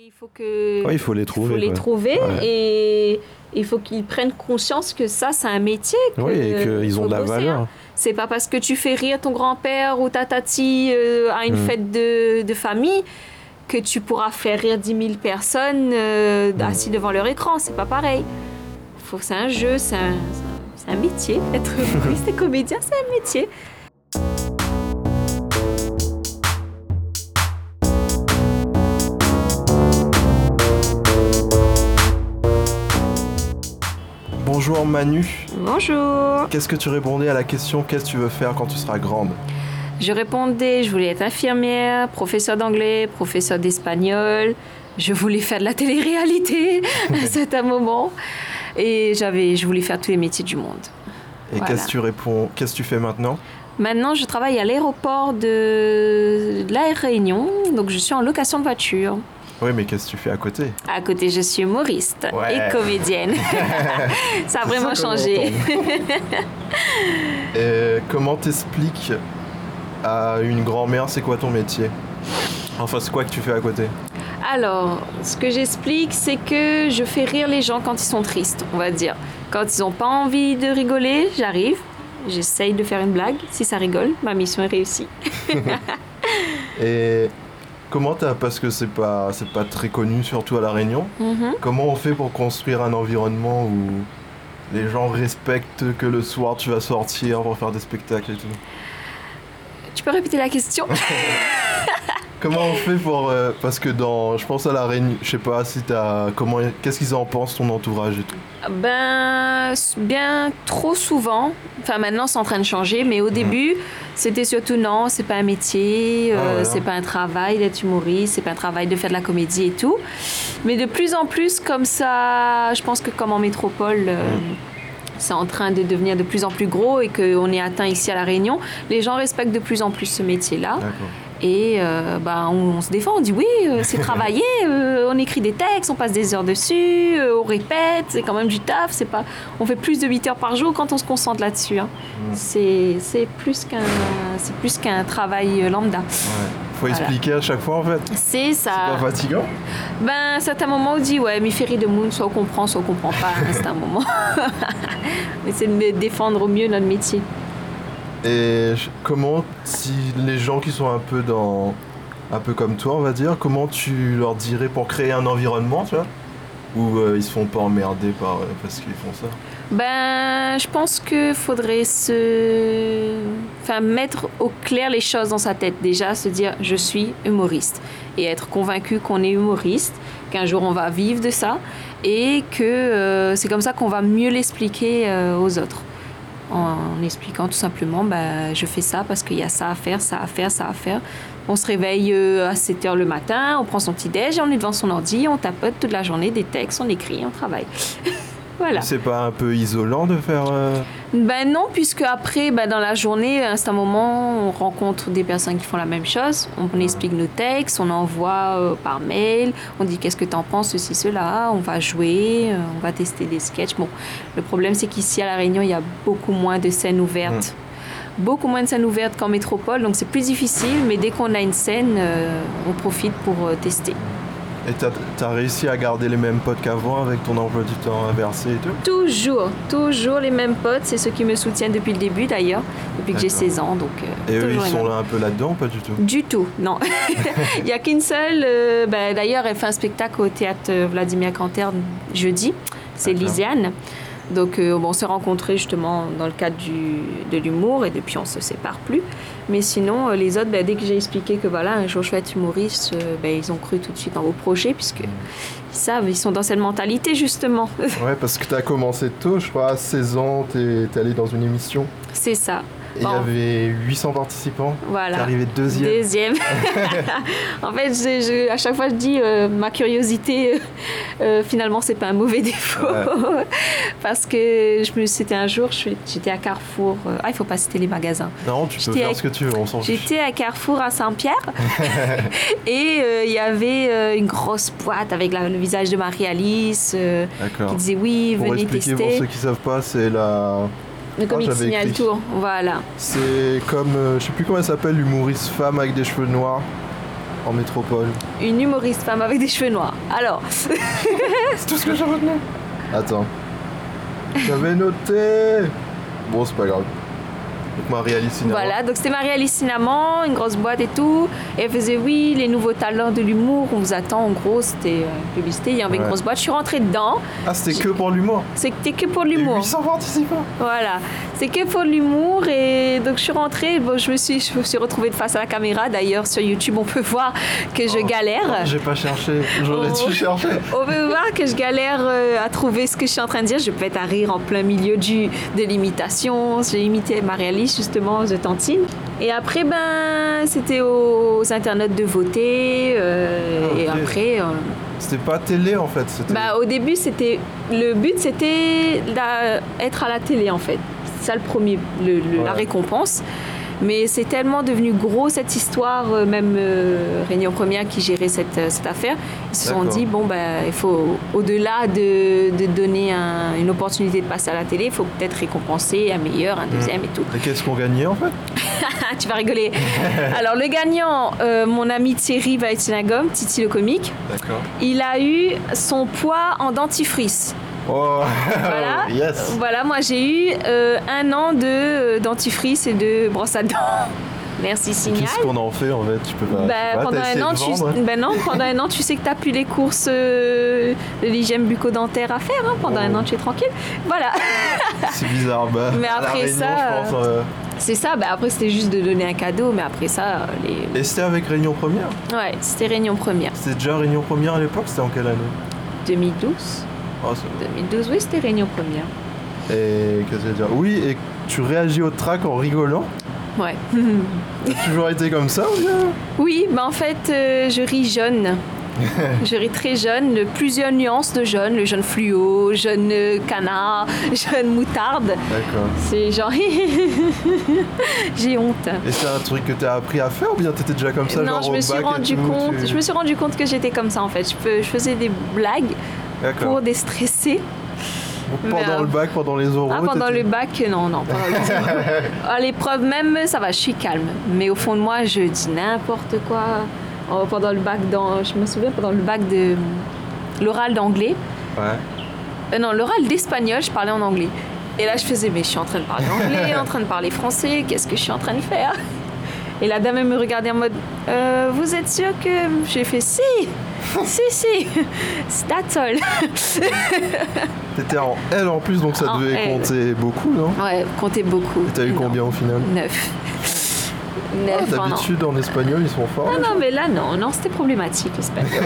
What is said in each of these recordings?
Il faut les trouver. Ouais. Et il faut qu'ils prennent conscience que ça, c'est un métier. Oui, et qu'ils ont de la valeur. Hein. C'est pas parce que tu fais rire ton grand-père ou ta tati à une fête de famille que tu pourras faire rire 10 000 personnes assis devant leur écran. C'est pas pareil. C'est un jeu, c'est un métier. Être humoriste et comédien, c'est un métier. Bonjour Manu. Bonjour. Qu'est-ce que tu répondais à la question « Qu'est-ce que tu veux faire quand tu seras grande ?» Je répondais, je voulais être infirmière, professeure d'anglais, professeure d'espagnol. Je voulais faire de la télé-réalité à un certain moment. Et je voulais faire tous les métiers du monde. Et voilà. Qu'est-ce que tu réponds ? Qu'est-ce que tu fais maintenant ? Maintenant, je travaille à l'aéroport de La Réunion. Donc, je suis en location de voiture. Oui, mais qu'est-ce que tu fais à côté ? À côté, je suis humoriste et comédienne. Ça a vraiment changé. Comment t'expliques à une grand-mère c'est quoi ton métier ? Enfin, c'est quoi que tu fais à côté ? Alors, ce que j'explique, c'est que je fais rire les gens quand ils sont tristes, on va dire. Quand ils n'ont pas envie de rigoler, j'arrive, j'essaye de faire une blague. Si ça rigole, ma mission est réussie. Et comment parce que c'est pas très connu, surtout à La Réunion, comment on fait pour construire un environnement où les gens respectent que le soir tu vas sortir pour faire des spectacles et tout ? Tu peux répéter la question ? Comment on fait pour... parce que je pense à La Réunion, je sais pas si qu'est-ce qu'ils en pensent, ton entourage et tout ? Bien trop souvent. Enfin, maintenant, c'est en train de changer, mais au début, c'était surtout non, c'est pas un métier, c'est pas un travail d'être humoriste, c'est pas un travail de faire de la comédie et tout. Mais de plus en plus, comme ça, je pense que comme en métropole... c'est en train de devenir de plus en plus gros et qu'on est atteint ici à La Réunion. Les gens respectent de plus en plus ce métier-là. D'accord. Et on se défend, on dit oui, c'est travailler, on écrit des textes, on passe des heures dessus, on répète, c'est quand même du taf, on fait plus de 8 heures par jour quand on se concentre là-dessus. Hein. C'est plus qu'un travail lambda. Ouais. Faut expliquer à chaque fois en fait. C'est ça. C'est pas fatigant ? À certains moments on dit ouais, mais fait rire de monde, soit on comprend pas à un certain moment. On essaie de défendre au mieux notre métier. Et comment, si les gens qui sont un peu comme toi, on va dire, comment tu leur dirais pour créer un environnement, tu vois, où ils se font pas emmerder parce qu'ils font ça ? Je pense qu'il faudrait mettre au clair les choses dans sa tête. Déjà, se dire je suis humoriste et être convaincu qu'on est humoriste, qu'un jour on va vivre de ça et que c'est comme ça qu'on va mieux l'expliquer aux autres. En expliquant tout simplement, je fais ça parce qu'il y a ça à faire. On se réveille à 7h le matin, on prend son petit déj, on est devant son ordi, on tapote toute la journée des textes, on écrit, on travaille. Voilà. C'est pas un peu isolant de faire... Non, puisque après, dans la journée, à un certain moment, on rencontre des personnes qui font la même chose. On explique nos textes, on envoie par mail, on dit qu'est-ce que t'en penses, ceci, cela, on va jouer, on va tester des sketchs. Bon, le problème, c'est qu'ici, à La Réunion, il y a beaucoup moins de scènes ouvertes. Beaucoup moins de scènes ouvertes qu'en métropole, donc c'est plus difficile, mais dès qu'on a une scène, on profite pour tester. Et t'as réussi à garder les mêmes potes qu'avant avec ton emploi du temps inversé et tout ? Toujours les mêmes potes. C'est ceux qui me soutiennent depuis le début d'ailleurs, depuis que j'ai 16 ans. Donc, et eux, ils sont là un peu là-dedans ou pas du tout ? Du tout, non. Il n'y a qu'une seule. D'ailleurs, elle fait un spectacle au théâtre Vladimir Canter jeudi. C'est Lysiane. Donc, on s'est rencontrés justement dans le cadre de l'humour et depuis, on ne se sépare plus. Mais sinon, les autres, dès que j'ai expliqué que voilà, un jour je vais être humoriste, ils ont cru tout de suite dans vos projets puisqu'ils savent, ils sont dans cette mentalité justement. Ouais, parce que tu as commencé tôt, je crois, à 16 ans, tu es allé dans une émission. C'est ça. Et il y avait 800 participants. Voilà. T'es arrivé deuxième. En fait, à chaque fois, je dis ma curiosité, finalement, c'est pas un mauvais défaut. Ouais. Parce que c'était un jour, j'étais à Carrefour. Il faut pas citer les magasins. Non, tu peux faire ce que tu veux, on s'en fiche. J'étais à Carrefour à Saint-Pierre. Et il y avait une grosse boîte avec le visage de Marie-Alice qui disait oui, venez tester. Pour ceux qui savent pas, c'est le comic Signal Tour, voilà. C'est comme, je sais plus comment elle s'appelle, l'humoriste femme avec des cheveux noirs. en métropole? Une humoriste femme avec des cheveux noirs. Alors, C'est tout ce que j'ai retenu. Attends. J'avais noté. Bon, c'est pas grave. Donc Marie-Alice Cinnamon. voilà, donc c'était Marie-Alice Cinnamon, une grosse boîte et tout. Et elle faisait, oui, les nouveaux talents de l'humour, on vous attend. En gros, c'était une publicité, il y avait une Ouais. grosse boîte. Je suis rentrée dedans. Ah, c'était que pour l'humour. C'était que pour Et l'humour. 800 participants. Voilà, c'est que pour l'humour et donc je suis rentrée, bon, je me suis retrouvée de face à la caméra. D'ailleurs sur YouTube on peut voir que je galère. J'ai pas cherché. J'aurais Oh. dû chercher. On peut voir que je galère à trouver ce que je suis en train de dire. Je peux être à rire en plein milieu de l'imitation. J'ai imité Marie-Alice justement de Tantine. Et après ben c'était aux internautes de voter et ok. après. C'était pas télé en fait. C'était... Bah, au début, le but, c'était d'être à la télé, en fait. C'est ça le premier, la Ouais. récompense. Mais c'est tellement devenu gros, cette histoire, même Réunion Première qui gérait cette affaire, ils se sont D'accord. dit, bon, bah, il faut, au-delà de donner une opportunité de passer à la télé, il faut peut-être récompenser un meilleur, un deuxième et tout. Et qu'est-ce qu'on gagnait en fait? Tu vas rigoler. Alors, le gagnant, mon ami Thierry Vaitzinagom, Titi le comique, D'accord. il a eu son poids en dentifrice. Oh, Voilà. yes. Voilà, moi j'ai eu 1 an de dentifrice et de brosse à dents. Merci Signal. Qu'est-ce qu'on en fait en fait? Tu peux pas. Bah, tu peux pas, pendant t'as essayé un an, de vendre, ben non, pendant un an, tu sais que t'as plus les courses de l'hygiène bucco-dentaire à faire. Hein. Pendant un an, tu es tranquille. Voilà, C'est bizarre. Bah, Mais à la après Réunion, ça, je pense. c'est ça. Bah, après, c'était juste de donner un cadeau, mais après ça, Et c'était avec Réunion Première? ouais, c'était Réunion Première. C'était déjà Réunion Première à l'époque? C'était en quelle année? 2012. Oh, c'est... 2012, oui, c'était Réunion Première. Et qu'est-ce que je veux dire? Oui, et tu réagis au track en rigolant? Ouais. T'as toujours été comme ça ou bien? Oui, bah en fait, je ris jeune. Je ris très jeune, de plusieurs nuances de jaune, le jaune fluo, jaune canard, jaune moutarde. D'accord. C'est genre j'ai honte. Et c'est un truc que t'as appris à faire ou bien t'étais déjà comme ça Non, genre je au me suis bac et rendu tout, compte, tu- je me suis rendu compte que j'étais comme ça en fait. Je faisais des blagues D'accord. pour déstresser. Pendant le bac, pendant les oraux. Ah, pendant t'étais- le bac, non, pendant à l'épreuve même, ça va, je suis calme. Mais au fond de moi, je dis n'importe quoi. Oh, pendant le bac, je me souviens, pendant le bac de l'oral d'anglais, Ouais. non, l'oral d'espagnol, je parlais en anglais. Et là, je faisais, mais je suis en train de parler anglais, en train de parler français, qu'est-ce que je suis en train de faire? Et la dame, elle me regardait en mode, vous êtes sûr que... J'ai fait, si, that's all. T'étais en L en plus, donc ça En devait L. compter beaucoup, non? Ouais, comptez beaucoup. Et t'as eu Non. combien au final? 9. Ah, 9 en an. d'habitude en espagnol ils sont forts. Ah non, mais là, non, c'était problématique, l'espagnol.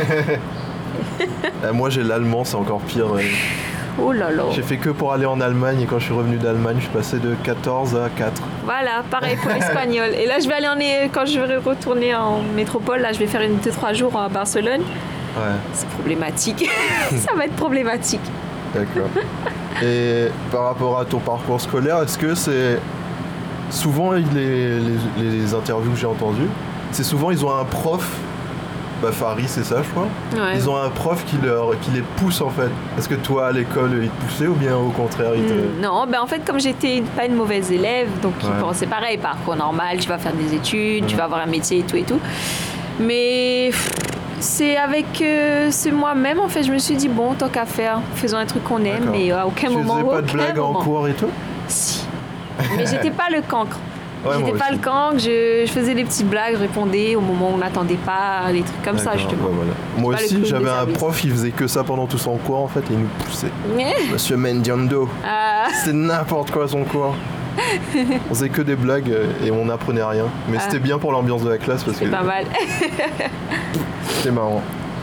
Moi j'ai l'allemand, c'est encore pire. Oh là là. J'ai fait que pour aller en Allemagne et quand je suis revenu d'Allemagne, je suis passé de 14 à 4. Voilà, pareil pour l'espagnol. Et là, je vais aller quand je vais retourner en métropole, là, je vais faire 2-3 jours à Barcelone. Ouais, C'est problématique. Ça va être problématique. d'accord. Et par rapport à ton parcours scolaire, est-ce que c'est... Souvent les interviews que j'ai entendues, c'est souvent ils ont un prof, bah Farid c'est ça je crois, Ouais. ils ont un prof qui les pousse en fait. Est-ce que toi à l'école ils te poussaient ou bien au contraire ils te... Non, ben en fait, comme j'étais pas une mauvaise élève, donc Ouais. ils pensaient pareil, parcours normal, tu vas faire des études, tu vas avoir un métier et tout et tout. Mais c'est c'est moi-même, en fait, je me suis dit, bon, tant qu'à faire, faisons un truc qu'on aime, D'accord. mais à aucun Tu moment. faisais pas de aucun blagues en moment. cours et tout? Si. Mais j'étais pas le cancre. Ouais, moi J'étais pas aussi. le cancre, je faisais des petites blagues, je répondais au moment où on n'attendait pas, des trucs comme ça, D'accord, justement. ouais, voilà. Moi Pas le aussi clown j'avais des un services. prof qui faisait que ça pendant tout son cours en fait et il nous poussait. Mais, Monsieur Mendiando, c'était n'importe quoi son cours. On faisait que des blagues et on n'apprenait rien. Mais c'était bien pour l'ambiance de la classe parce que c'est pas mal. c'était marrant.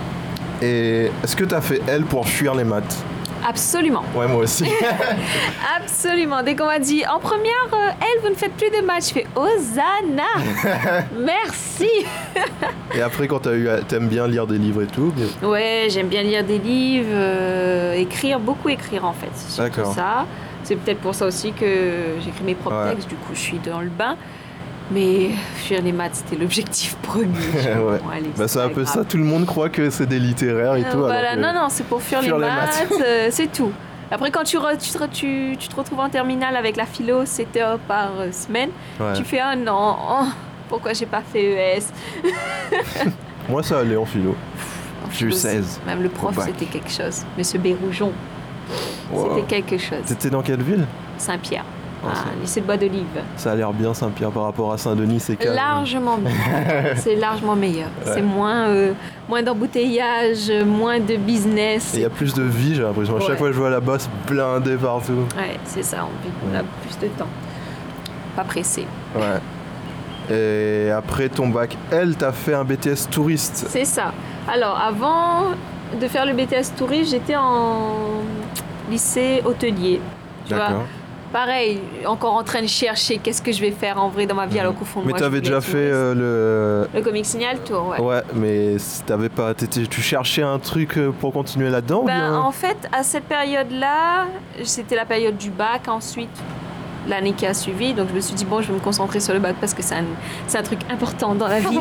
Et est-ce que t'as fait L pour fuir les maths? Absolument. Ouais, moi aussi. Absolument. Dès qu'on m'a dit en première, elle, vous ne faites plus de maths, je fais Hosanna. Merci. Et après, quand t'aimes bien lire des livres et tout, bien- Ouais, j'aime bien lire des livres, écrire, beaucoup écrire en fait. C'est surtout D'accord. ça. C'est peut-être pour ça aussi que j'écris mes propres Ouais. textes, du coup je suis dans le bain. Mais fuir les maths, c'était l'objectif premier. Ouais. Bon, allez, Bah, c'est pas un peu grave. ça, tout le monde croit que c'est des littéraires et tout. Voilà, alors que- non, c'est pour fuir fuir les les maths, maths. c'est tout. Après, quand tu te retrouves en terminale avec la philo, 7 heures par semaine, Ouais. tu fais un non, pourquoi j'ai pas fait ES? Moi, ça allait en philo. J'ai eu Aussi. 16. Même le prof, au bac. c'était quelque chose. Monsieur Béroujon, Wow. c'était quelque chose. T'étais dans quelle ville? Saint-Pierre, Ah, lycée de Bois d'Olive. Ça a l'air bien Saint-Pierre par rapport à Saint-Denis, c'est calme. Largement mieux. C'est largement meilleur. Ouais. C'est moins d'embouteillage, moins de business. Et il y a plus de vie, j'ai l'impression. À chaque Ouais. fois que je vois là-bas, c'est blindé partout. Ouais, c'est ça, on a plus de temps. Pas pressé. Ouais. Et après ton bac L, t'as fait un BTS touriste. C'est ça. Alors, avant de faire le BTS touriste, j'étais en lycée hôtelier. Tu vois, D'accord. pareil, encore en train de chercher qu'est-ce que je vais faire en vrai dans ma vie, alors qu'au fond, Mais moi, je t'avais voulais déjà être fait humoriste. Le Comic Signal Tour, ouais. Ouais, mais t'avais pas. Tu cherchais un truc pour continuer là-dedans ou bien... En fait, à cette période-là, c'était la période du bac ensuite, l'année qui a suivi. Donc je me suis dit, bon, je vais me concentrer sur le bac parce que c'est un truc important dans la vie.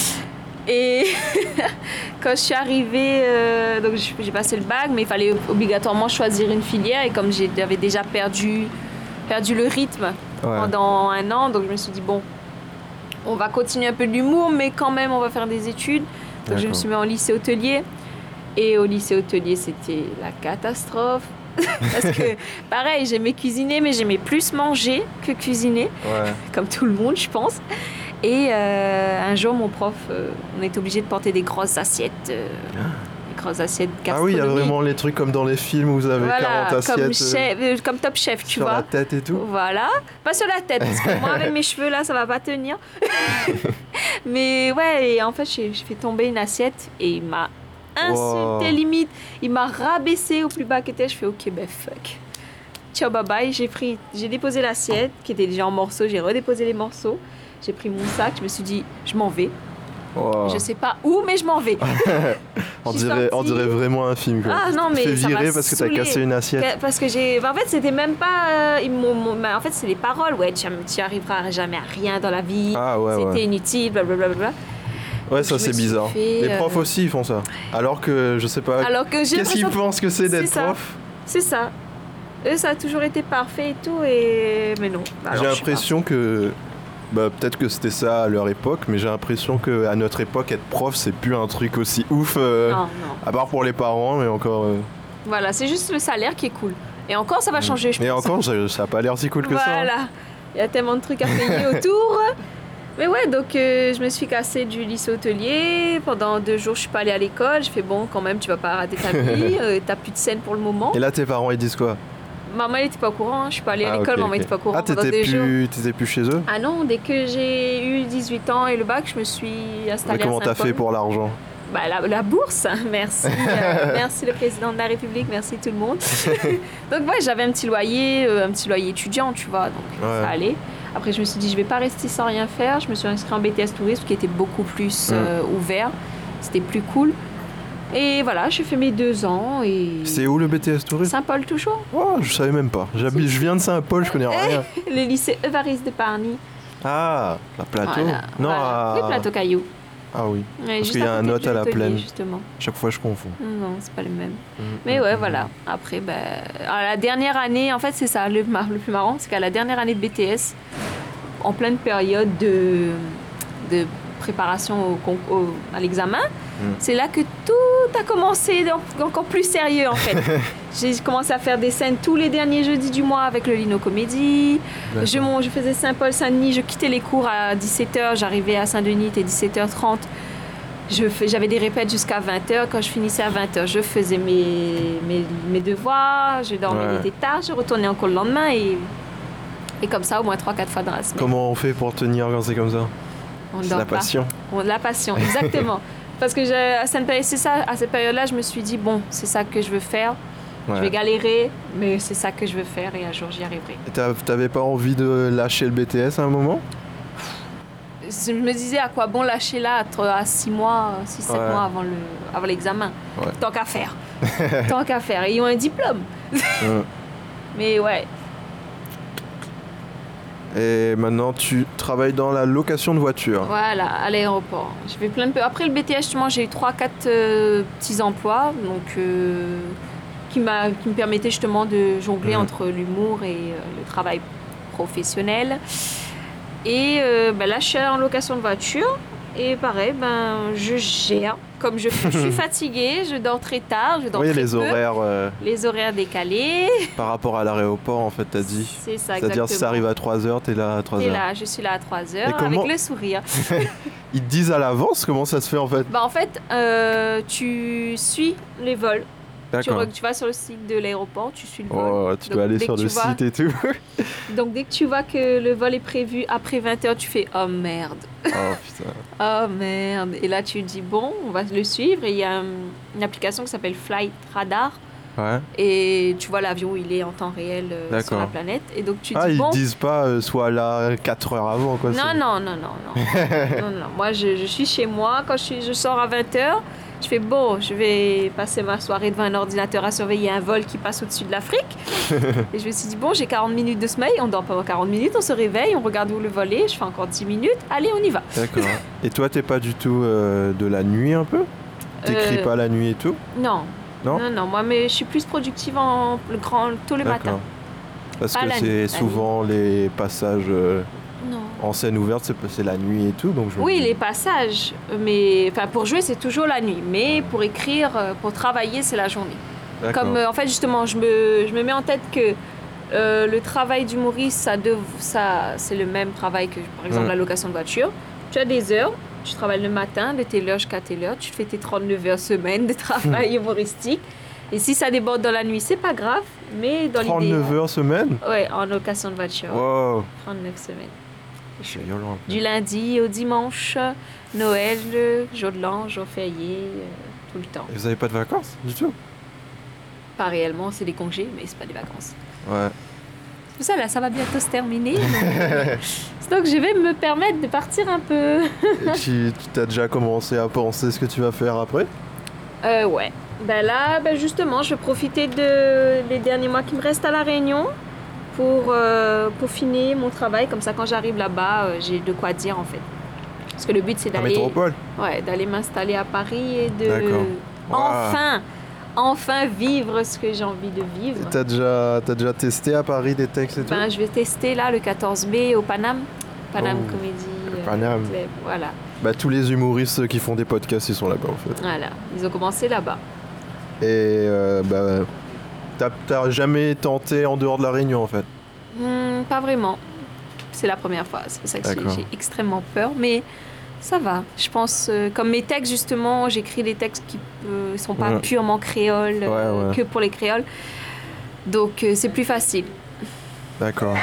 Et quand je suis arrivée, donc j'ai passé le bac, mais il fallait obligatoirement choisir une filière. Et comme j'avais déjà perdu le rythme pendant un an, donc je me suis dit, bon, on va continuer un peu de l'humour, mais quand même, on va faire des études. Donc je me suis mis en lycée hôtelier. Et au lycée hôtelier, c'était la catastrophe. Parce que, pareil, j'aimais cuisiner, mais j'aimais plus manger que cuisiner. Ouais. Comme tout le monde, je pense. Et un jour, mon prof, on était obligé de porter des grosses assiettes. Des grosses assiettes Ah oui, il y a gastronomiques. vraiment les trucs comme dans les films où vous avez 40 assiettes comme Top Chef, tu sur vois. la tête et tout. Voilà. Pas sur la tête, parce que moi, avec mes cheveux, là, ça va pas tenir. Mais ouais, et en fait, j'ai fait tomber une assiette et il m'a insulté Wow. limite. Il m'a rabaissé au plus bas que était. Je fais OK, ben fuck. Ciao, bye bye. J'ai déposé l'assiette qui était déjà en morceaux. J'ai redéposé les morceaux. J'ai pris mon sac. Je me suis dit, je m'en vais. Wow. Je sais pas où, mais je m'en vais. On Je suis dirait sortie. vraiment un film. Quoi. Ah non, mais tu te ça fais m'a virer parce que t'as saoulée. cassé une assiette. Parce que en fait, c'était même pas. En fait, c'est les paroles. Ouais, tu arriveras jamais à rien dans la vie. Ah ouais, C'était ouais. inutile, blablabla. Ouais, ça je me c'est suis bizarre. fait, Les profs aussi ils font ça. Alors que je sais pas. Alors que j'ai Qu'est-ce qu'ils l'impression- pensent que c'est d'être C'est ça. prof? C'est ça. Eux, ça a toujours été parfait et tout, mais non. Alors, J'ai je suis l'impression que. Bah, peut-être que c'était ça à leur époque, mais j'ai l'impression qu'à notre époque, être prof, c'est plus un truc aussi ouf. Non, non. À part pour les parents, mais encore. Voilà, c'est juste le salaire qui est cool. Et encore, ça va changer, je Mais pense. encore, ça a pas l'air si cool que ça. hein. Voilà. Il y a tellement de trucs à payer autour. Mais ouais, donc je me suis cassée du lycée hôtelier. Pendant 2 jours, je suis pas allée à l'école. Je fais bon, quand même, tu vas pas rater ta vie. T'as plus de scène pour le moment. Et là, tes parents, ils disent quoi? Maman, elle était pas au courant. Je suis pas allée à Ah, l'école, ok, maman ok. était pas au courant. Ah, pendant 2 jours. t'étais plus chez eux? Ah non, dès que j'ai eu 18 ans et le bac, je me suis Mais installée comment à t'as Saint-Paul. fait pour l'argent? Bah, la bourse, merci. Merci le président de la République, merci tout le monde. Donc ouais, j'avais un petit loyer étudiant, tu vois, donc Ouais. ça allait. Après, je me suis dit, je vais pas rester sans rien faire. Je me suis inscrite en BTS tourisme, qui était beaucoup plus ouvert. C'était plus cool. Et voilà, j'ai fait mes 2 ans et... C'est où le BTS tourisme? Saint-Paul toujours. Oh, je savais même pas. Je viens de Saint-Paul, je connais rien. Le lycée Évariste de Parny. Ah, la plateau? Voilà, Non, voilà. Oui, plateau Caillou. Ah oui. Ouais, Parce juste qu'il y a à un côté hôte du à la hôtelier, plaine. justement. Chaque fois, je confonds. Non, c'est pas le même. Mais ouais, voilà. Après, à la dernière année, en fait, c'est ça, le plus marrant, c'est qu'à la dernière année de BTS, en pleine période de préparation à l'examen, c'est là que tout a commencé encore plus sérieux, en fait. J'ai commencé à faire des scènes tous les derniers jeudis du mois avec le Lino Comédie. Je faisais Saint-Paul, Saint-Denis, je quittais les cours à 17h, j'arrivais à Saint-Denis, c'était 17h30. J'avais des répètes jusqu'à 20h. Quand je finissais à 20h, je faisais mes devoirs, je dormais Ouais. l'été tard, je retournais encore le lendemain et comme ça au moins 3-4 fois dans la semaine. Comment on fait pour tenir quand c'est comme ça? On C'est dort la pas. passion. La passion, exactement. Parce que c'est ça, à cette période-là, je me suis dit, bon, c'est ça que je veux faire. Ouais. Je vais galérer, mais c'est ça que je veux faire et un jour j'y arriverai. Et t'avais pas envie de lâcher le BTS à un moment? Je me disais à quoi bon lâcher là à 6 mois, 6-7 Ouais. mois avant l'examen. Ouais. Tant qu'à faire. Tant qu'à faire. Et ils ont un diplôme. Ouais. Mais ouais. Et maintenant, tu travailles dans la location de voitures. Voilà, à l'aéroport. Je fais plein de... Après le BTS, justement, j'ai eu 3-4 petits emplois donc, qui me permettaient justement de jongler entre l'humour et le travail professionnel. Et là, je suis en location de voiture. Et pareil, je gère. Comme je suis fatiguée, je dors très tard, je dors très les peu. horaires. Les horaires décalés. Par rapport à l'aéroport, en fait, t'as dit. C'est ça, C'est-à-dire, si ça arrive à 3h, t'es là à 3h. Je suis là à 3h avec le sourire. Ils te disent à l'avance comment ça se fait, en fait? En fait, tu suis les vols. Tu vas sur le site de l'aéroport, tu suis le vol. Oh, tu dois aller sur le site et tout. Donc, dès que tu vois que le vol est prévu après 20h, tu fais « Oh merde !» Oh putain. Oh merde. Et là, tu dis « Bon, on va le suivre. » Et il y a une application qui s'appelle Flight Radar. Ouais. Et tu vois l'avion, il est en temps réel sur la planète. Et donc, tu dis ils bon... disent pas sois là 4 heures avant, quoi. Non. non. Moi, je suis chez moi. Quand je sors à 20h, je fais bon, je vais passer ma soirée devant un ordinateur à surveiller un vol qui passe au-dessus de l'Afrique. Et je me suis dit, bon, j'ai 40 minutes de sommeil, on dort pendant 40 minutes, on se réveille, on regarde où le vol est, je fais encore 10 minutes, allez, on y va. D'accord. Et toi, t'es pas du tout de la nuit un peu? T'écris pas la nuit et tout? Non. Non, moi, mais je suis plus productive tôt le matin. Parce que c'est souvent les passages en scène ouverte, c'est la nuit et tout. Donc les passages. Mais pour jouer, c'est toujours la nuit. Mais pour écrire, pour travailler, c'est la journée. Comme en fait, justement, je me mets en tête que le travail d'humoriste, ça, c'est le même travail que, par exemple, la location de voiture. Tu as des heures. Tu travailles le matin, de telle heure jusqu'à telle heure. Tu fais tes 39 heures semaine de travail humoristique. Et si ça déborde dans la nuit, c'est pas grave. Mais dans 39 heures semaine? Ouais, en location de voiture. Wow. 39 semaines. C'est violent. Du lundi au dimanche, Noël, jour de l'an, jour férié, tout le temps. Et vous avez pas de vacances du tout? Pas réellement, c'est des congés, mais c'est pas des vacances. Ouais. C'est pour ça, là, ça va bientôt se terminer. Donc je vais me permettre de partir un peu. Et tu t'as déjà commencé à penser ce que tu vas faire après? Ouais. Là, justement, je vais profiter des derniers mois qui me restent à La Réunion pour peaufiner mon travail. Comme ça, quand j'arrive là-bas, j'ai de quoi dire, en fait. Parce que le but, c'est d'aller... métropole? Ouais, d'aller m'installer à Paris et de... D'accord. Enfin vivre ce que j'ai envie de vivre. Et t'as déjà testé à Paris des textes et tout? Je vais tester là le 14 mai au Paname Comédie. Paname. Club, voilà. Tous les humoristes qui font des podcasts, ils sont là-bas en fait. Voilà, ils ont commencé là-bas. Et t'as jamais tenté en dehors de la Réunion en fait? Pas vraiment. C'est la première fois, c'est pour ça que j'ai extrêmement peur, mais ça va. Je pense, comme mes textes justement, j'écris des textes qui ne sont pas purement créoles, que pour les créoles. Donc c'est plus facile. D'accord.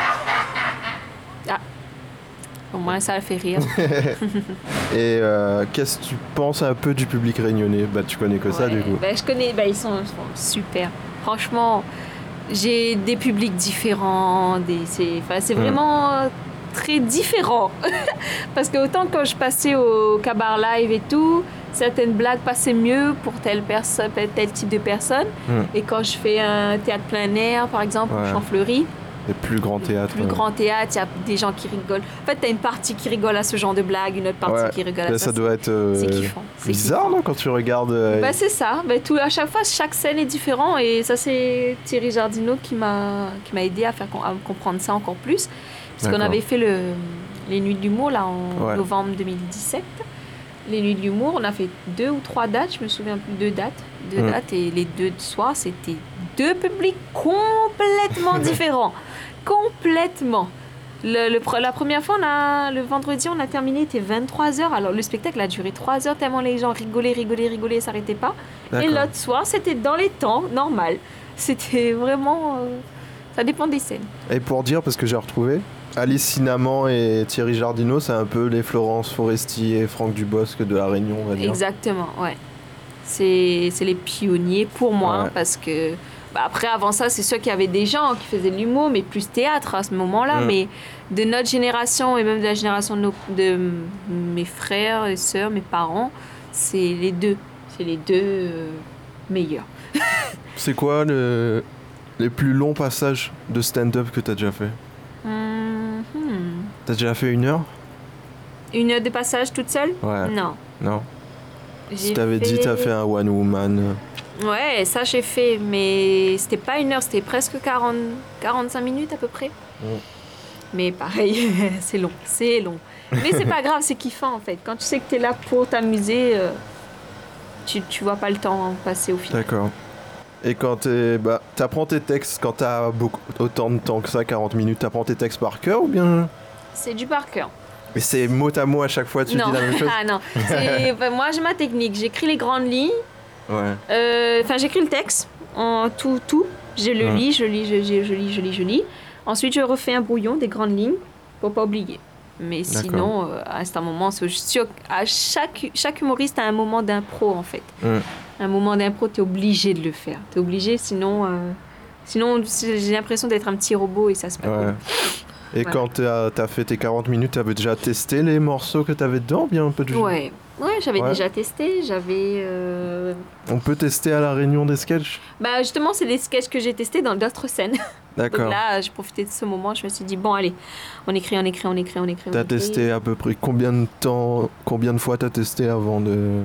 Au moins ça fait rire. Et qu'est-ce que tu penses un peu du public réunionnais? Tu connais que ça du coup? Je connais, ils sont super. Franchement, j'ai des publics différents, c'est vraiment très différent. Parce que autant quand je passais au Cabaret Live et tout, certaines blagues passaient mieux pour tel type de personne. Et quand je fais un théâtre plein air, par exemple, au Champfleury, les plus grands théâtres. Plus grand théâtre, il y a des gens qui rigolent. En fait, t'as une partie qui rigole à ce genre de blague, une autre partie qui rigole à ça. Ça doit être c'est kiffant. Bizarre, non, quand tu regardes. C'est ça. À chaque fois, chaque scène est différente. Et ça, c'est Thierry Jardineau qui m'a aidé à comprendre ça encore plus. Parce qu'on avait fait les Nuits de l'humour là, en novembre 2017. Les Nuits de l'humour, on a fait 2 ou 3 dates, je me souviens plus, 2 dates. 2 dates, et les 2 soirs, c'était 2 publics complètement différents. Complètement. La première fois, le vendredi, on a terminé, il était 23h. Alors, le spectacle a duré 3 heures tellement les gens rigolaient, ça s'arrêtait pas. D'accord. Et l'autre soir, c'était dans les temps, normal. C'était vraiment... ça dépend des scènes. Et pour dire, parce que j'ai retrouvé, Alice Sinaman et Thierry Jardineau, c'est un peu les Florence Foresti et Franck Dubosc de La Réunion, on va dire. Exactement, ouais. C'est les pionniers pour moi, parce que... après, avant ça, c'est sûr qu'il y avait des gens qui faisaient de l'humour, mais plus théâtre à ce moment-là. Mais de notre génération, et même de la génération de mes frères et sœurs, mes parents, c'est les deux. C'est les deux meilleurs. C'est quoi les plus longs passages de stand-up que tu as déjà fait? T'as déjà fait 1 heure? 1 heure de passage toute seule? Ouais. Non. Si t'avais dit t'as fait un one woman. Ouais, ça j'ai fait, mais c'était pas 1 heure, c'était presque 45 minutes à peu près. Mais pareil, c'est long. Mais c'est pas grave, c'est kiffant en fait. Quand tu sais que t'es là pour t'amuser, tu vois pas le temps passer au final. D'accord. Et quand t'apprends tes textes, quand t'as autant de temps que ça, 40 minutes, t'apprends tes textes par cœur ou bien... C'est du par cœur. Mais c'est mot à mot à chaque fois, tu dis la même chose? Ah non, moi j'ai ma technique, j'écris les grandes lignes, Ouais. j'écris le texte, en tout, je le lis, je lis. Ensuite je refais un brouillon des grandes lignes pour pas oublier. Mais sinon, à un moment, à chaque humoriste a un moment d'impro en fait. Un moment d'impro, t'es obligé de le faire. T'es obligé, sinon j'ai l'impression d'être un petit robot et ça se passe pas. Et quand t'as fait tes 40 minutes, t'avais déjà testé les morceaux que t'avais dedans, bien un peu de jeu? Ouais, j'avais déjà testé, On peut tester à la réunion des sketchs? Bah justement, c'est les sketchs que j'ai testés dans d'autres scènes. D'accord. Donc là, j'ai profité de ce moment, je me suis dit, bon allez, on écrit. T'as testé à peu près combien de fois t'as testé avant de...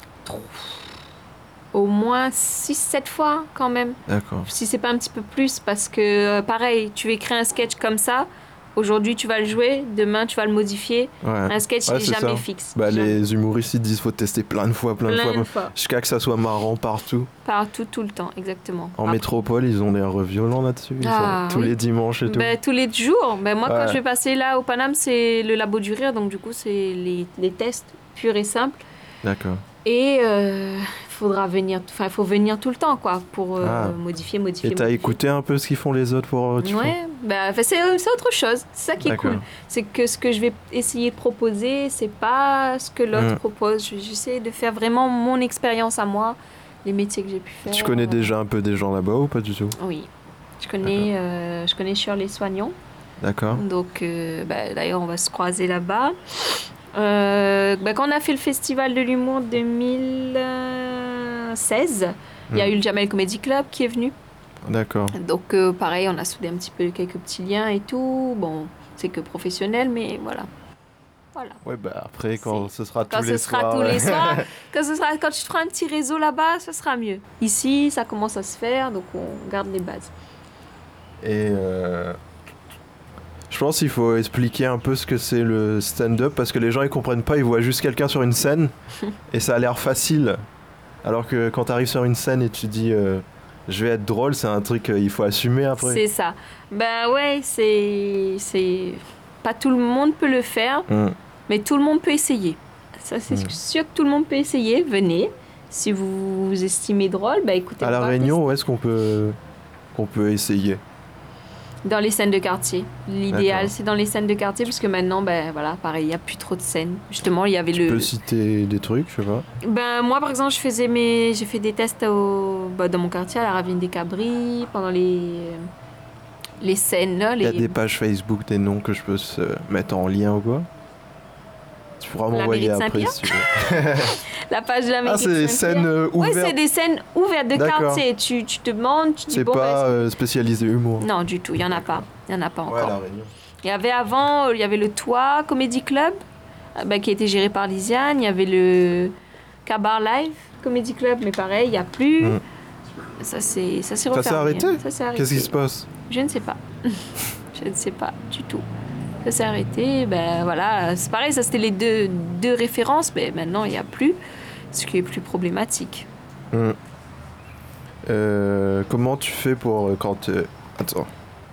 Au moins 6-7 fois quand même. D'accord. Si c'est pas un petit peu plus, parce que pareil, tu écris un sketch comme ça, aujourd'hui tu vas le jouer, demain tu vas le modifier. Ouais. Un sketch il est jamais fixe. Bah, les humoristes ils disent faut tester plein de fois. Jusqu'à que ça soit marrant partout. Partout, tout le temps, exactement. En métropole, ils ont l'air violents là-dessus. Tous les dimanches et tout. Tous les jours. Moi, quand je vais passer là au Paname, c'est le Labo du Rire, donc du coup, c'est les tests purs et simples. D'accord. Et il faut venir tout le temps, quoi, pour modifier. Et t'as écouté un peu ce qu'ils font les autres pour... c'est autre chose. C'est ça qui est cool. C'est que ce que je vais essayer de proposer, c'est pas ce que l'autre propose. J'essaie de faire vraiment mon expérience à moi, les métiers que j'ai pu faire. Tu connais déjà un peu des gens là-bas ou pas du tout? Oui. Je connais Shirley Soignon. D'accord. Donc, d'ailleurs, on va se croiser là-bas. Quand on a fait le Festival de l'humour 2016, il y a eu le Jamel Comedy Club qui est venu. D'accord. Donc, pareil, on a soudé un petit peu quelques petits liens et tout. Bon, c'est que professionnel, mais voilà. Ouais, après, quand ce sera tous les soirs, quand tu feras un petit réseau là-bas, ce sera mieux. Ici, ça commence à se faire, donc on garde les bases. Et je pense qu'il faut expliquer un peu ce que c'est le stand-up, parce que les gens ils comprennent pas, ils voient juste quelqu'un sur une scène et ça a l'air facile. Alors que quand tu arrives sur une scène et tu dis je vais être drôle, c'est un truc il faut assumer après. C'est ça. C'est pas tout le monde peut le faire, mais tout le monde peut essayer. Ça c'est sûr que tout le monde peut essayer. Venez, si vous vous estimez drôle, écoutez. À la Réunion, où est-ce qu'on peut essayer? Dans les scènes de quartier. L'idéal, c'est dans les scènes de quartier, parce que maintenant, pareil, il n'y a plus trop de scènes. Justement, il y avait Tu peux citer des trucs, je sais pas. Moi, par exemple, j'ai fait des tests dans mon quartier, à la Ravine des Cabris, pendant les scènes, là. Il y a des pages Facebook, des noms que je peux se mettre en lien ou quoi? Tu pourras m'envoyer après si tu veux. La page de la mairie. C'est des scènes ouvertes. Oui, c'est des scènes ouvertes de quartier. Tu te demandes, tu dis c'est pas spécialisé humour. Non, du tout, il n'y en a pas. Il n'y en a pas encore. Ouais, la Réunion. Il y avait avant, il y avait le Toit Comedy Club, qui était géré par Lisiane. Il y avait le Cabar Live Comedy Club, mais pareil, il n'y a plus. Ça s'est refermé. Ça s'est arrêté? Qu'est-ce qui se passe? Je ne sais pas. Je ne sais pas du tout. Ça s'est arrêté, c'est pareil, ça c'était les deux références, mais maintenant il n'y a plus, ce qui est plus problématique. Comment tu fais pour quand Attends.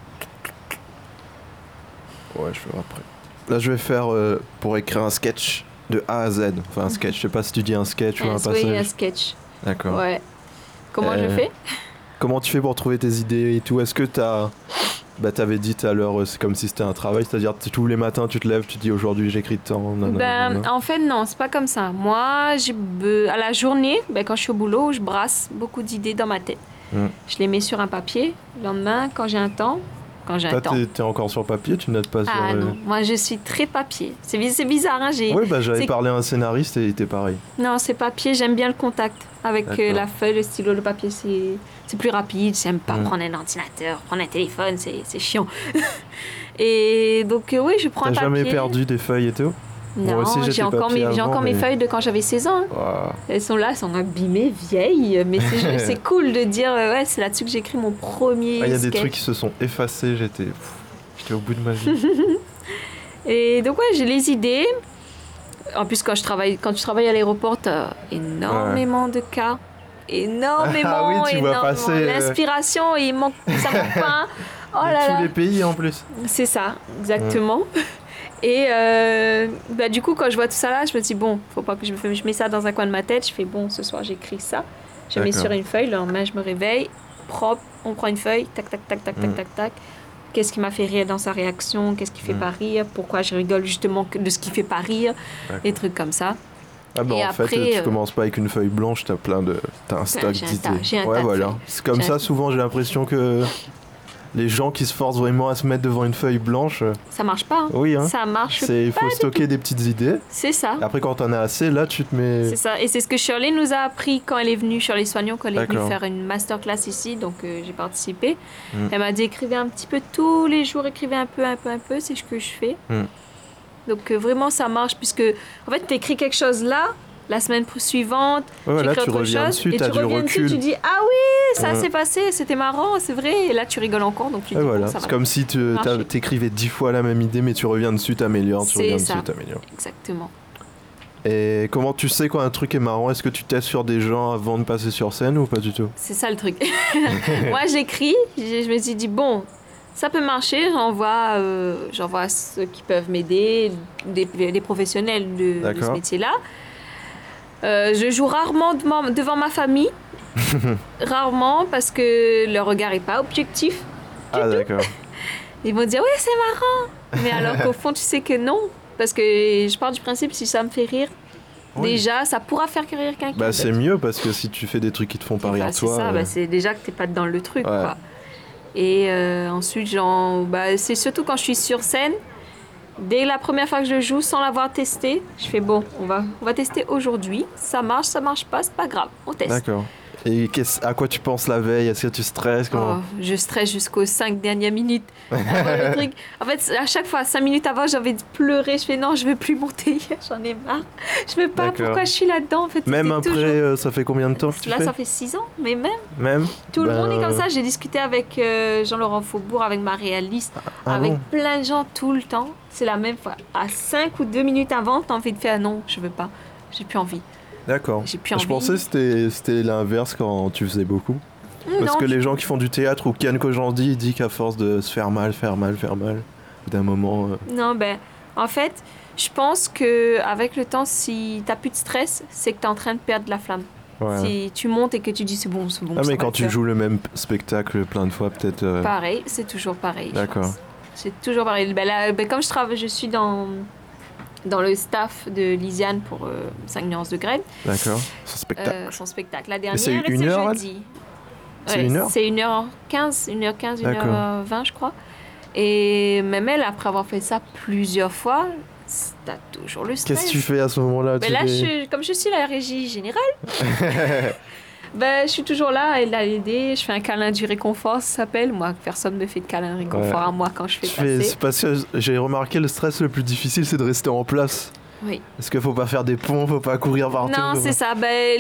Ouais, je ferai après. Là, je vais faire pour écrire un sketch de A à Z. Enfin, un sketch, je sais pas si tu dis un sketch ou un passage. Oui, un sketch. D'accord. Ouais. Comment je fais? Comment tu fais pour trouver tes idées et tout? Est-ce que t'avais dit tout à l'heure, c'est comme si c'était un travail, c'est-à-dire tous les matins tu te lèves, tu te dis aujourd'hui j'écris tant. En fait non, c'est pas comme ça. Moi, à la journée, quand je suis au boulot, je brasse beaucoup d'idées dans ma tête. Je les mets sur un papier. Le lendemain, quand j'ai un temps. T'es encore sur papier, tu notes pas sur... Ah non, moi je suis très papier. C'est bizarre, hein. Oui, j'avais parlé à un scénariste et il était pareil. Non, c'est papier, j'aime bien le contact avec la feuille, le stylo, le papier, c'est plus rapide. J'aime pas prendre un ordinateur, prendre un téléphone, c'est chiant. Et donc oui, je prends un papier. T'as jamais perdu des feuilles et tout? Non, moi aussi, j'ai encore mes feuilles de quand j'avais 16 ans. Wow. Elles sont là, elles sont abîmées, vieilles, mais c'est cool de dire c'est là-dessus que j'ai écrit mon premier sketch. Il y a des trucs qui se sont effacés, j'étais au bout de ma vie. Et donc, ouais, j'ai les idées. En plus, quand tu travailles à l'aéroport, t'as énormément de cas. Énormément, Ah oui, tu vois énormément. passer, L'inspiration, ça manque pas. Oh de là tous là. les pays en plus. C'est ça, exactement. Et du coup, quand je vois tout ça là, je me dis, bon, faut pas que je mets ça dans un coin de ma tête. Je fais, bon, ce soir, j'écris ça. Je mets sur une feuille. Le lendemain, je me réveille, propre. On prend une feuille, tac, tac, tac, tac, tac, tac, tac. Qu'est-ce qui m'a fait rire dans sa réaction? Qu'est-ce qui fait pas rire? Pourquoi je rigole justement de ce qui fait pas rire? Des trucs comme ça. Ah bah et en après, fait, tu commences pas avec une feuille blanche, t'as un stock d'idées. J'ai un ouais, tas de voilà. feuilles. C'est comme ça, souvent, j'ai l'impression que les gens qui se forcent vraiment à se mettre devant une feuille blanche... Ça marche pas. Hein. Oui, hein. Ça marche pas. Il faut stocker des petites idées. C'est ça. Et après, quand t'en as assez, là, tu te mets... C'est ça. Et c'est ce que Shirley nous a appris quand elle est venue, Shirley Soignon, quand elle est venue faire une masterclass ici. Donc, j'ai participé. Elle m'a dit, écrivez un petit peu tous les jours, écrivez un peu, c'est ce que je fais. Donc, vraiment, ça marche puisque, en fait, t'écris quelque chose là, la semaine suivante, là, tu reviens dessus, t'as du recul. Tu dis, ah oui, ça s'est passé, c'était marrant, c'est vrai. Et là, tu rigoles encore, donc tu dis, voilà. bon, ça va. C'est comme si t'écrivais 10 fois la même idée, mais tu reviens dessus, t'améliores, t'améliores. Exactement. Et comment tu sais quand un truc est marrant? Est-ce que tu testes sur des gens avant de passer sur scène ou pas du tout? C'est ça le truc. Moi, j'écris, je me suis dit, bon, ça peut marcher, j'envoie ceux qui peuvent m'aider, des professionnels de ce métier-là. Je joue rarement devant ma famille. Rarement, parce que le regard n'est pas objectif. Ah, d'accord. Ils vont dire, oui, c'est marrant. Mais alors qu'au fond, tu sais que non. Parce que je pars du principe, si ça me fait rire, déjà, ça pourra faire rire quelqu'un. Bah, c'est mieux, parce que si tu fais des trucs qui te font pas rire, toi... C'est ça, c'est déjà que t'es pas dans le truc, quoi. Et ensuite, c'est surtout quand je suis sur scène. Dès la première fois que je joue, sans l'avoir testé, je fais bon, on va tester aujourd'hui. Ça marche pas, c'est pas grave, on teste. D'accord. Et à quoi tu penses la veille? Est-ce que tu stresses? Je stresse jusqu'aux 5 dernières minutes. Le truc. En fait, à chaque fois, 5 minutes avant, j'ai envie de pleurer. Je fais non, je veux plus monter. J'en ai marre. Je veux pas. Pourquoi je suis là-dedans en fait. Même après, ça fait combien de temps que tu fais? Ça fait 6 ans, mais même. Tout le monde est comme ça. J'ai discuté avec Jean-Laurent Faubourg, avec ma réaliste, avec plein de gens tout le temps. C'est la même fois. À 5 ou 2 minutes avant, t'as envie de faire non, je veux pas. J'ai plus envie. D'accord. Je pensais que c'était l'inverse quand tu faisais beaucoup. Parce que les gens qui font du théâtre ou Kian Kojandi, il dit qu'à force de se faire mal, d'un moment... Non, en fait, je pense qu'avec le temps, si t'as plus de stress, c'est que t'es en train de perdre la flamme. Ouais. Si tu montes et que tu dis c'est bon. Ah, mais quand tu joues le même spectacle plein de fois, peut-être... Pareil, c'est toujours pareil. D'accord. C'est toujours pareil. Comme je suis dans le staff de Lisiane pour 5 nuances de grève. D'accord. Son spectacle. La dernière, c'est une heure, jeudi. C'est 1h? C'est 1h15, 1h20, je crois. Et même elle, après avoir fait ça plusieurs fois, t'as toujours le stress. Qu'est-ce que tu fais à ce moment-là? Comme je suis la régie générale, je suis toujours là, elle a aidé. Je fais un câlin du réconfort, ça s'appelle. Moi, personne ne me fait de câlin réconfort à moi quand je fais passer. C'est parce que j'ai remarqué le stress le plus difficile, c'est de rester en place. Oui. Est-ce qu'il faut pas faire des ponts, faut pas courir partout? Non, c'est ça.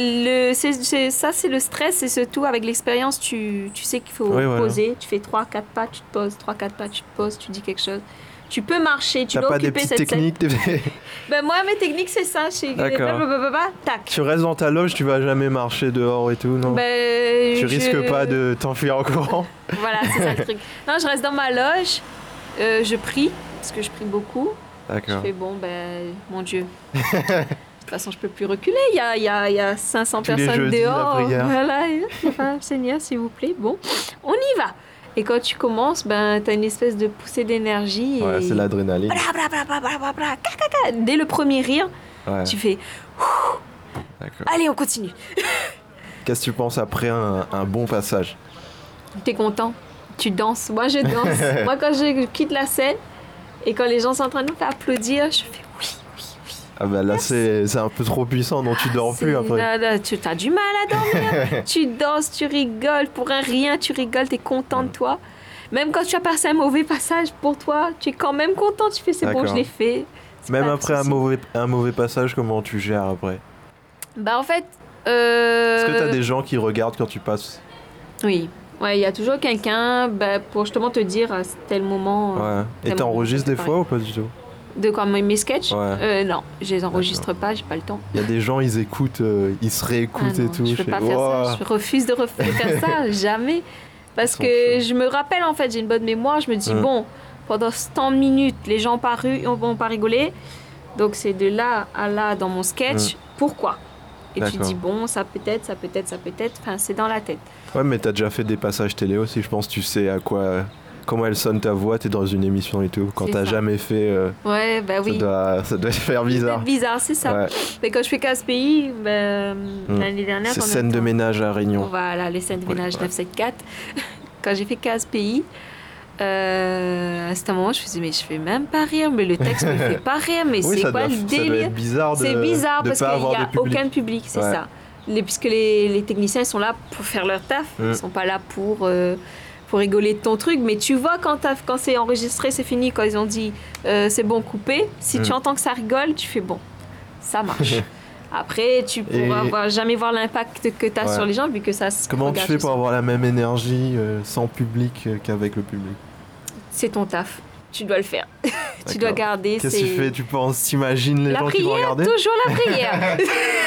C'est le stress, c'est surtout avec l'expérience, tu sais qu'il faut poser. Voilà. Tu fais 3-4 pas, tu te poses, 3-4 pas, tu te poses, tu dis quelque chose. Tu peux marcher, tu peux occuper cette scène. T'as pas des petites techniques? Moi, mes techniques, c'est ça. Tac. Tu restes dans ta loge, tu vas jamais marcher dehors et tout, non? Tu risques pas de t'enfuir en courant? Voilà, c'est ça le truc. Non, je reste dans ma loge, je prie, parce que je prie beaucoup. D'accord. Je fais mon Dieu. De toute façon, je peux plus reculer. Il y a 500 personnes dehors. Voilà. Seigneur, s'il vous plaît. Bon, on y va. Et quand tu commences, t'as une espèce de poussée d'énergie. Ouais, c'est l'adrénaline. Dès le premier rire, tu fais... D'accord. Allez, on continue. Qu'est-ce que tu penses après un bon passage? T'es content. Tu danses. Moi, je danse. Moi, quand je quitte la scène et quand les gens sont en train de me faire applaudir, je fais oui. Ah là, c'est un peu trop puissant, donc tu dors plus après. Là, tu as du mal à dormir. Tu danses, tu rigoles. Pour un rien, tu rigoles, t'es content de toi. Même quand tu as passé un mauvais passage pour toi, tu es quand même content. Tu fais, c'est bon, je l'ai fait. Même après un mauvais passage, comment tu gères après? En fait... Est-ce que tu as des gens qui regardent quand tu passes? Oui. Ouais, il y a toujours quelqu'un pour justement te dire tel moment. Ouais. Et t'enregistres des fois ou pas du tout? De quoi, mes sketchs? Ouais. Non, je les enregistre pas, j'ai pas le temps. Il y a des gens, ils écoutent, ils se réécoutent et tout. Je peux pas faire ça, je refuse de faire ça, jamais. Parce que je me rappelle, en fait, j'ai une bonne mémoire, je me dis, bon, pendant tant de minutes, les gens vont pas rigoler. Donc c'est de là à là dans mon sketch, pourquoi? Et tu dis, bon, ça peut être, enfin, c'est dans la tête. Ouais, mais t'as déjà fait des passages télé aussi, je pense, tu sais comment elle sonne ta voix, t'es dans une émission et tout. Quand t'as jamais fait, ouais, bah oui. Ça doit faire bizarre. C'est bizarre, c'est ça. Ouais. Mais quand je fais Casse-Pays, l'année dernière... C'est scène de ménage à Réunion. Voilà, les scènes de ménage 974. Quand j'ai fait Casse-Pays, à ce moment, je faisais, mais je fais même pas rire, mais le texte me fait pas rire, mais c'est quoi le délire? Ça doit être bizarre c'est bizarre parce qu'il n'y a aucun public, c'est ça. Puisque les techniciens sont là pour faire leur taf, ils sont pas là pour rigoler de ton truc, mais tu vois quand c'est enregistré, c'est fini, quand ils ont dit c'est bon, coupé, si tu entends que ça rigole, tu fais bon, ça marche. Après, tu pourras jamais voir l'impact que tu as sur les gens, vu que ça se Comment tu fais pour avoir la même énergie sans public qu'avec le public? C'est ton taf. Tu dois le faire. Tu dois garder. Qu'est-ce que tu fais? Tu penses, t'imagines les gens qui vont regarder? Toujours la prière.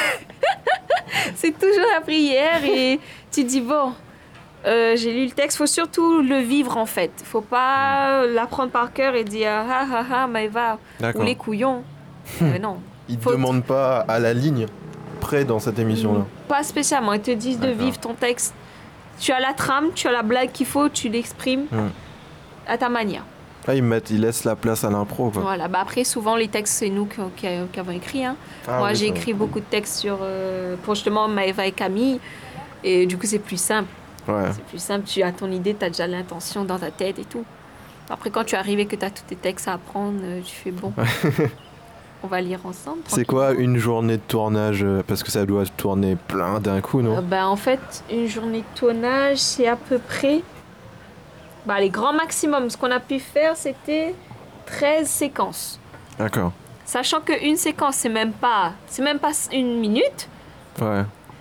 C'est toujours la prière et tu dis bon, j'ai lu le texte. Faut surtout le vivre en fait. Faut pas l'apprendre par cœur et dire Maëva ou les couillons. Non. Ils te demandent pas à la ligne près dans cette émission-là. Pas spécialement. Ils te disent de vivre ton texte. Tu as la trame, tu as la blague qu'il faut, tu l'exprimes à ta manière. Ah, ils laissent la place à l'impro, quoi. Voilà, après, souvent, les textes, c'est nous qui avons écrit. Hein. Moi, j'ai écrit beaucoup de textes pour justement Maëva et Camille. Et du coup, c'est plus simple. Ouais. C'est plus simple. Tu as ton idée, tu as déjà l'intention dans ta tête et tout. Après, quand tu arrives et que tu as tous tes textes à apprendre, tu fais bon. On va lire ensemble. C'est quoi une journée de tournage? Parce que ça doit tourner plein d'un coup, non? En fait, une journée de tournage, c'est à peu près... les grands maximums, ce qu'on a pu faire, c'était 13 séquences. D'accord. Sachant qu'une séquence, c'est même pas une minute. Ouais.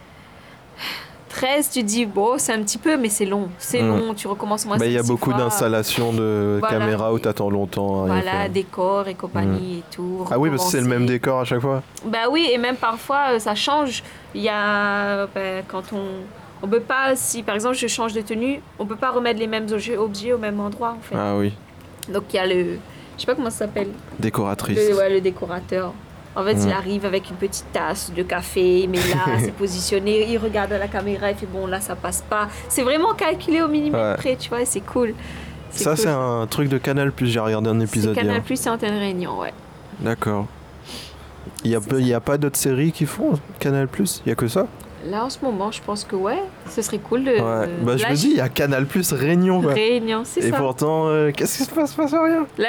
13, tu dis, bon, c'est un petit peu, mais c'est long. C'est long, tu recommences moins. Il y a beaucoup d'installations de caméras où tu attends longtemps. Décors et compagnie et tout. Ah oui, parce que c'est le même décor à chaque fois? Oui, et même parfois, ça change. Il y a, quand on peut pas, si par exemple je change de tenue, on peut pas remettre les mêmes objets au même endroit en fait. Ah oui. Donc il y a je sais pas comment ça s'appelle. Décoratrice. Le décorateur. En fait, il arrive avec une petite tasse de café, mais là, c'est positionné, il regarde à la caméra, il fait bon, là, ça passe pas. C'est vraiment calculé au millimètre près, tu vois, et c'est cool. Ça, c'est un truc de Canal+, j'ai regardé un épisode hier. Canal+, c'est Antenne Réunion, ouais. D'accord. Il y a pas d'autres séries qui font Canal+, il y a que ça? Là, en ce moment, je pense que ce serait cool de... je me dis, il y a Canal+, Réunion, quoi. Réunion, c'est ça. Et pourtant, qu'est-ce qui se passe? Passe rien. Là,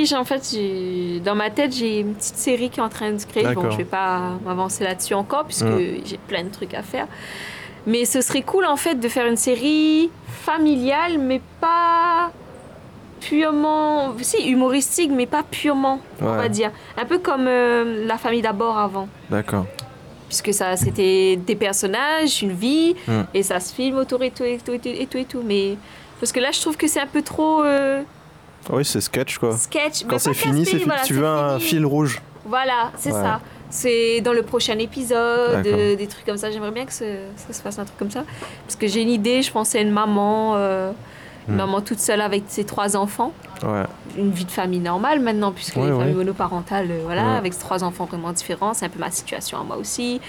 dans ma tête, j'ai une petite série qui est en train de se créer. Bon, je vais pas m'avancer là-dessus encore, puisque j'ai plein de trucs à faire. Mais ce serait cool, en fait, de faire une série familiale, mais pas purement... Si, humoristique, mais pas purement, on va dire. Un peu comme La famille d'abord avant. D'accord. Puisque ça, c'était des personnages, une vie, et ça se filme autour et tout. Mais parce que là, je trouve que c'est un peu trop... Oui, c'est sketch, quoi. Sketch. Quand c'est fini, tu veux un fil rouge. Voilà, c'est ça. C'est dans le prochain épisode, des trucs comme ça. J'aimerais bien que ça se fasse un truc comme ça. Parce que j'ai une idée, je pensais à une maman... Une maman toute seule avec ses 3 enfants. Ouais. Une vie de famille normale maintenant, puisque les familles monoparentales, avec 3 enfants vraiment différents, c'est un peu ma situation à moi aussi.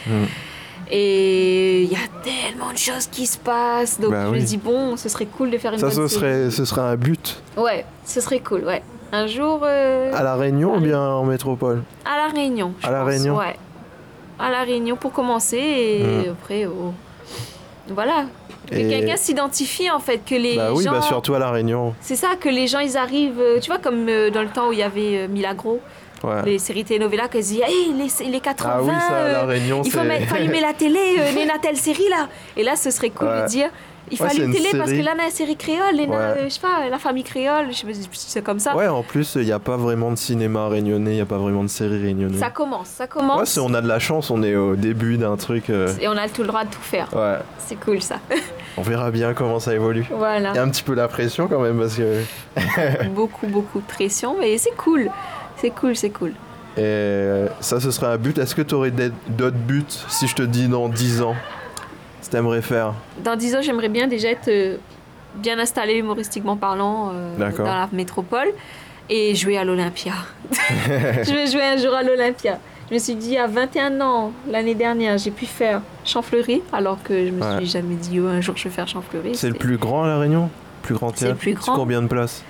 Et il y a tellement de choses qui se passent. Donc je me dis, bon, ce serait cool de faire une bonne série. Ce serait un but. Ouais, ce serait cool, ouais. Un jour... à La Réunion ou bien en métropole? À La Réunion, je pense. À La Réunion? Ouais. À La Réunion pour commencer et après, voilà. Que quelqu'un s'identifie en fait, que les gens... surtout à La Réunion. C'est ça, que les gens ils arrivent, tu vois comme dans le temps où il y avait Milagro, les séries telenovelas, qu'ils disaient hey, les 80, ah oui, ça, à La Réunion, il faut allumer la télé, il y a telle série là. Et là ce serait cool de dire, il faut allumer la télé parce que là il y a une série créole, je sais pas, la famille créole, je sais pas si c'est comme ça. Ouais, en plus il n'y a pas vraiment de cinéma réunionnais, il n'y a pas vraiment de série réunionnais. Ça commence. Ouais, si on a de la chance, on est au début d'un truc. Et on a tout le droit de tout faire. Ouais. C'est cool ça. On verra bien comment ça évolue. Voilà. Il y a un petit peu la pression quand même parce que... beaucoup de pression, mais c'est cool. C'est cool, c'est cool. Et ça, ce serait un but. Est-ce que tu aurais d'autres buts si je te dis dans 10 ans? Ce que t'aimerais faire? Dans 10 ans, j'aimerais bien déjà être bien installé humoristiquement parlant dans la métropole et jouer à l'Olympia. Je vais jouer un jour à l'Olympia. Je me suis dit, à 21 ans, l'année dernière, j'ai pu faire Champfleury, alors que je me suis jamais dit, un jour, je vais faire Champfleury. C'est le plus grand à La Réunion? Plus grand théâtre? C'est le plus grand. C'est combien de places?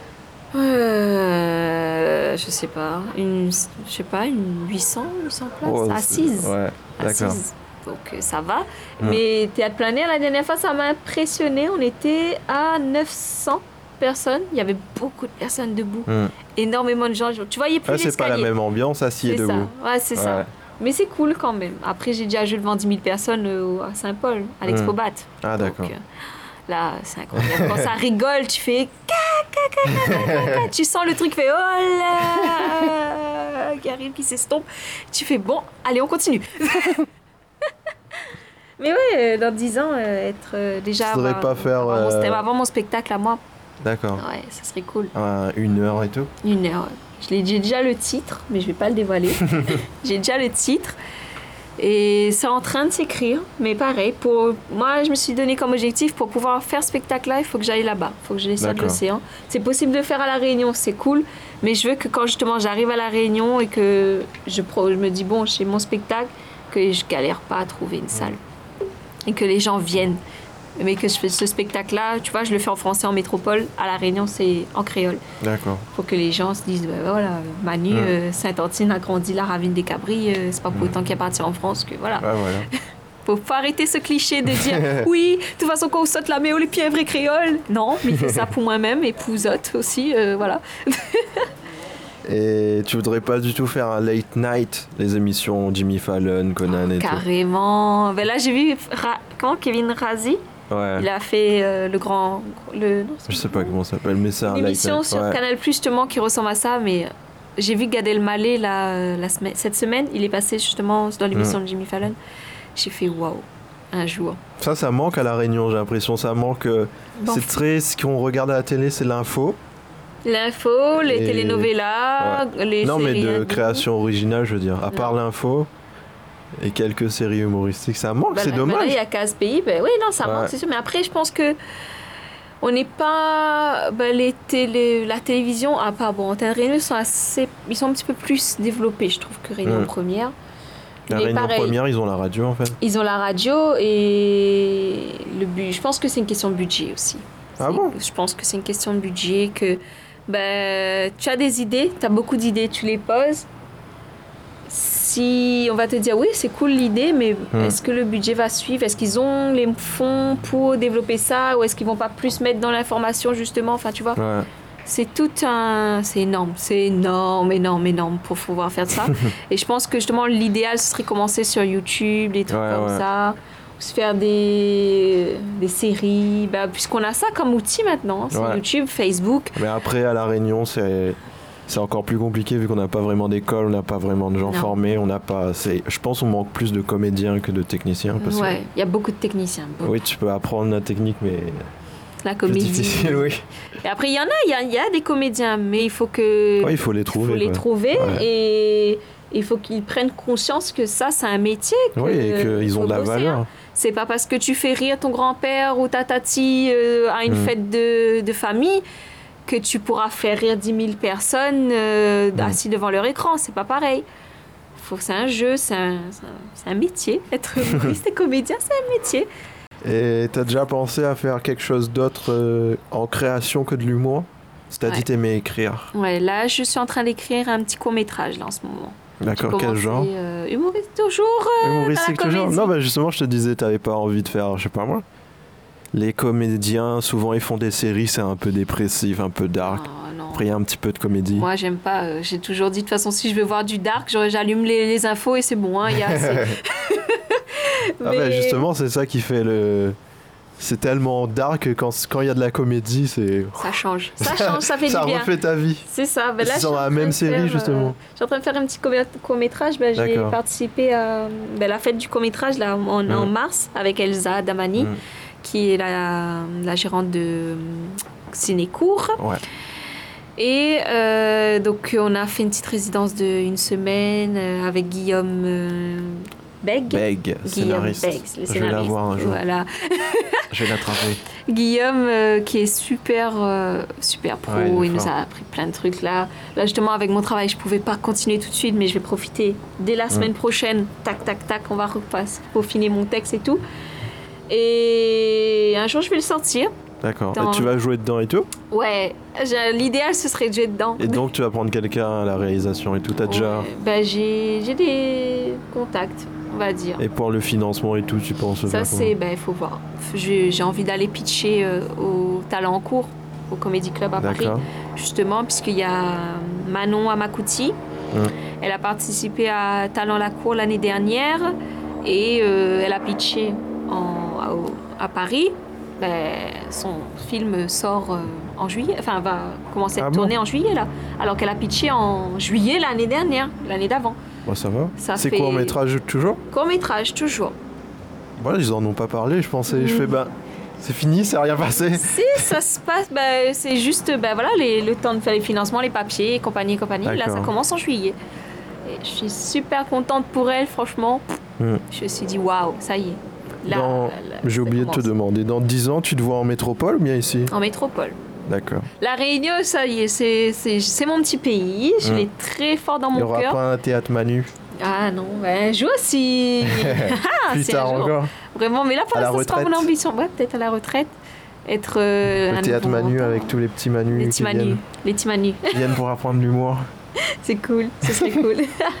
Je sais pas, une 800 places, assises. Ouais, d'accord. Donc ça va. Mais théâtre plein air, la dernière fois, ça m'a impressionné. On était à 900 personnes. Il y avait beaucoup de personnes debout. Énormément de gens. Tu voyais plus l'escalier. C'est pas la même ambiance, assis et debout. Ouais, c'est ça. Mais c'est cool quand même. Après, j'ai déjà joué devant 10 000 personnes à Saint-Paul, à l'Expobat. Ah, d'accord. Donc, là, c'est incroyable. Quand ça rigole, tu fais... Tu sens le truc fait... Oh là qui arrive, qui s'estompe. Tu fais, bon, allez, on continue. Mais oui, dans 10 ans, être déjà... avant mon spectacle à moi. D'accord. Ouais, ça serait cool. 1 heure et tout? 1 heure. J'ai déjà le titre, mais je vais pas le dévoiler. J'ai déjà le titre. Et c'est en train de s'écrire, mais pareil, moi je me suis donné comme objectif, pour pouvoir faire ce spectacle-là, il faut que j'aille là-bas, il faut que je descende l'océan. C'est possible de le faire à La Réunion, c'est cool, mais je veux que quand justement j'arrive à La Réunion et que je me dis, bon, chez mon spectacle, que je galère pas à trouver une salle. Et que les gens viennent. Mais que je fais ce spectacle-là, tu vois, je le fais en français en métropole, à La Réunion, c'est en créole. D'accord. Pour que les gens se disent, voilà, Manu, Sainte-Antine a grandi la Ravine des Cabris, c'est pas pour autant qu'il est parti en France que voilà. Faut arrêter ce cliché de dire, oui, de toute façon, quand on saute la méo, les pieds un vrai créole. Non, mais il fait ça pour moi-même et pour vous autres aussi, voilà. Et tu voudrais pas du tout faire un late night, les émissions Jimmy Fallon, Conan et tout? Carrément. Ben là, j'ai vu Kevin Razi. Ouais. Il a fait le grand... je sais pas comment ça s'appelle, mais c'est un late night. Une émission sur Canal+, justement, qui ressemble à ça, mais j'ai vu Gad Elmaleh cette semaine, il est passé justement dans l'émission de Jimmy Fallon. J'ai fait waouh, un jour. Ça manque à La Réunion, j'ai l'impression. Ça manque... c'est très... Ce qu'on regarde à la télé, c'est l'info. L'info, les telenovelas, les séries... Non, mais de création originale, je veux dire. À part l'info... Et quelques séries humoristiques, ça manque, c'est dommage. Il y a 15 pays, oui, non, ça manque, c'est sûr. Mais après, je pense que on n'est pas... la télévision, à part, bon, Antenne Réunion, ils sont un petit peu plus développés, je trouve, que Réunion Première. La Réunion Première, ils ont la radio, en fait. Ils ont la radio et je pense que c'est une question de budget aussi. Ah bon? Je pense que c'est une question de budget, que tu as des idées, tu as beaucoup d'idées, tu les poses. Si on va te dire oui, c'est cool l'idée, mais est-ce que le budget va suivre? Est-ce qu'ils ont les fonds pour développer ça? Ou est-ce qu'ils vont pas plus mettre dans l'information, justement? Enfin, tu vois, c'est c'est énorme pour pouvoir faire ça. Et je pense que justement l'idéal, ce serait commencer sur YouTube, des trucs comme ça, ou se faire des séries, puisqu'on a ça comme outil maintenant, c'est YouTube, Facebook. Mais après, à La Réunion, c'est encore plus compliqué vu qu'on n'a pas vraiment d'école, on n'a pas vraiment de gens formés, on n'a pas... Je pense qu'on manque plus de comédiens que de techniciens. Il y a beaucoup de techniciens. Oui, tu peux apprendre la technique, mais... La comédie. C'est difficile, oui. Et après, il y a des comédiens, mais il faut que... il faut les trouver. Et il faut qu'ils prennent conscience que ça, c'est un métier. Et qu'ils ont de la valeur. C'est pas parce que tu fais rire ton grand-père ou ta tati à une fête de famille que tu pourras faire rire 10 000 personnes assis devant leur écran. C'est pas pareil. C'est un jeu, c'est un métier. Être humoriste et comédien, c'est un métier. Et t'as déjà pensé à faire quelque chose d'autre en création que de l'humour? T'as dit t'aimais écrire. Ouais, là, je suis en train d'écrire un petit court-métrage, là, en ce moment. D'accord, quel genre? Humoriste toujours. Humoristique toujours? Non, justement, je te disais, t'avais pas envie de faire, je sais pas moi. Les comédiens, souvent, ils font des séries, c'est un peu dépressif, un peu dark. Après, il y a un petit peu de comédie. Moi, j'aime pas. J'ai toujours dit, de toute façon, si je veux voir du dark, j'allume les infos et c'est bon. Il y a assez. Justement, c'est ça qui fait le... C'est tellement dark que quand il y a de la comédie, c'est... Ça change, ça fait du bien. Ça refait ta vie. C'est ça. Là, c'est dans la même série, justement. Je suis en train de faire un petit court-métrage. J'ai participé à la fête du court-métrage là, en mars avec Elsa Damani, qui est la gérante de Cinécourt. Et donc, on a fait une petite résidence d'une semaine avec Guillaume Beg. Beg, scénariste. Beg, le Je vais la voir un jour. Voilà. Je vais l'attraper. Guillaume, qui est super pro, Ouais, il nous a appris plein de trucs là. Là, justement, avec mon travail, je pouvais pas continuer tout de suite, mais je vais profiter. Dès la semaine prochaine, tac, tac, tac, on va repasser, peaufiner mon texte et tout. Et un jour, je vais le sortir. D'accord. Et tu vas jouer dedans et tout? Ouais, l'idéal, ce serait de jouer dedans. Et donc, tu vas prendre quelqu'un à la réalisation et tout, t'as déjà... Ben, j'ai des contacts, on va dire. Et pour le financement et tout, tu penses Ça, faire c'est... Ben, il faut voir. J'ai envie d'aller pitcher au Talent en cours, au Comedy Club à Paris. Justement, puisqu'il y a Manon Amakouti. Elle a participé à Talent la cour l'année dernière. Et elle a pitché à Paris. Ben, son film sort en juillet, enfin va commencer à tourner en juillet là, alors qu'elle a pitché en juillet l'année dernière, l'année d'avant. Bon, ça va. C'est court-métrage toujours? Court-métrage toujours. Voilà, ils en ont pas parlé, je pensais. Je fais, c'est fini, c'est rien passé. Si, ça se passe, c'est juste, voilà, le temps de faire les financements, les papiers, et compagnie. Là, ça commence en juillet. Et je suis super contente pour elle, franchement. Je me suis dit, waouh, ça y est. J'ai oublié de te demander, dans 10 ans, tu te vois en métropole ou bien ici? En métropole. D'accord. La Réunion, ça y est, c'est mon petit pays. Je l'ai très fort dans mon cœur. Il n'y aura pas un théâtre Manu? Ah non, un jour si... Plus tard encore. Vraiment, mais là pour l'instant, c'est pas mon ambition. Ouais, peut-être à la retraite. Être le théâtre Manu avec tous les petits Manus. Les petits Manus. Qui viennent pour apprendre l'humour. C'est cool, ce serait cool.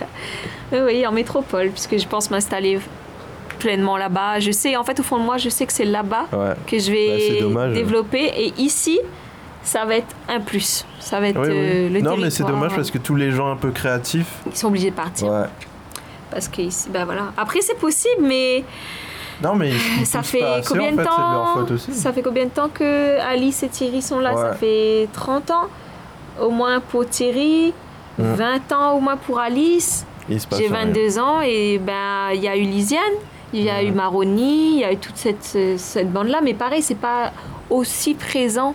Oui, en métropole, puisque je pense m'installer pleinement là-bas. Je sais, en fait, au fond de moi, je sais que c'est là-bas que je vais développer. Et ici, ça va être un plus. Ça va être le territoire. Non, mais c'est dommage parce que tous les gens un peu créatifs... Ils sont obligés de partir. Ouais. Parce que ici, voilà. Après, c'est possible, mais... Non, mais ça fait combien de temps? Ça fait combien de temps que Alice et Thierry sont là? Ça fait 30 ans, au moins pour Thierry, 20 ans au moins pour Alice. J'ai 22 ans et il y a eu Lisiane. Il y a eu Maroni, il y a eu toute cette bande-là, mais pareil, c'est pas aussi présent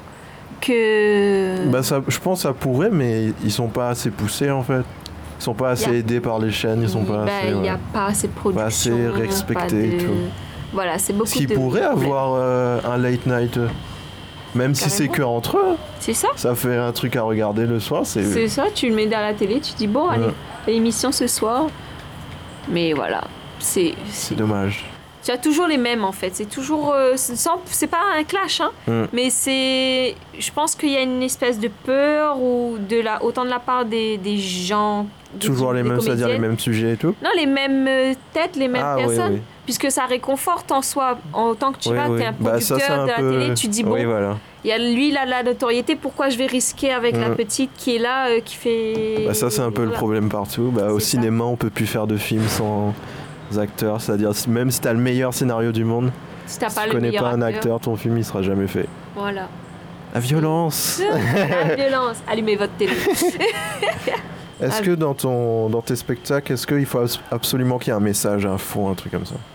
que... je pense que ça pourrait, mais ils sont pas assez poussés, en fait. Ils sont pas assez aidés par les chaînes, ils sont pas assez... Il n'y a pas assez de production. Pas assez respectés et tout. Voilà, c'est beaucoup de... S'ils pourraient avoir un late night, même si c'est que entre eux. C'est ça. Ça fait un truc à regarder le soir, c'est ça, tu le mets dans la télé, tu dis, bon, allez, l'émission ce soir. Mais voilà. C'est dommage. Tu as toujours les mêmes en fait. C'est toujours. C'est pas un clash, hein, mais c'est. Je pense qu'il y a une espèce de peur ou autant de la part des gens. Toujours les mêmes, c'est-à-dire les mêmes sujets et tout? Non, les mêmes têtes, les mêmes personnes. Oui. Puisque ça réconforte en soi. En tant que tu vois, t'es un producteur de la télé, tu dis bon. Oui, voilà. Lui, il a la notoriété, pourquoi je vais risquer avec la petite qui est là, qui fait. Ça, c'est un peu le problème partout. Au cinéma, on peut plus faire de films sans acteurs, c'est-à-dire même si t'as le meilleur scénario du monde, si tu connais pas un acteur, ton film il sera jamais fait. Voilà. La violence. La violence. Allumez votre télé. Est-ce que dans tes spectacles, est-ce qu'il faut absolument qu'il y ait un message, un fond, un truc comme ça?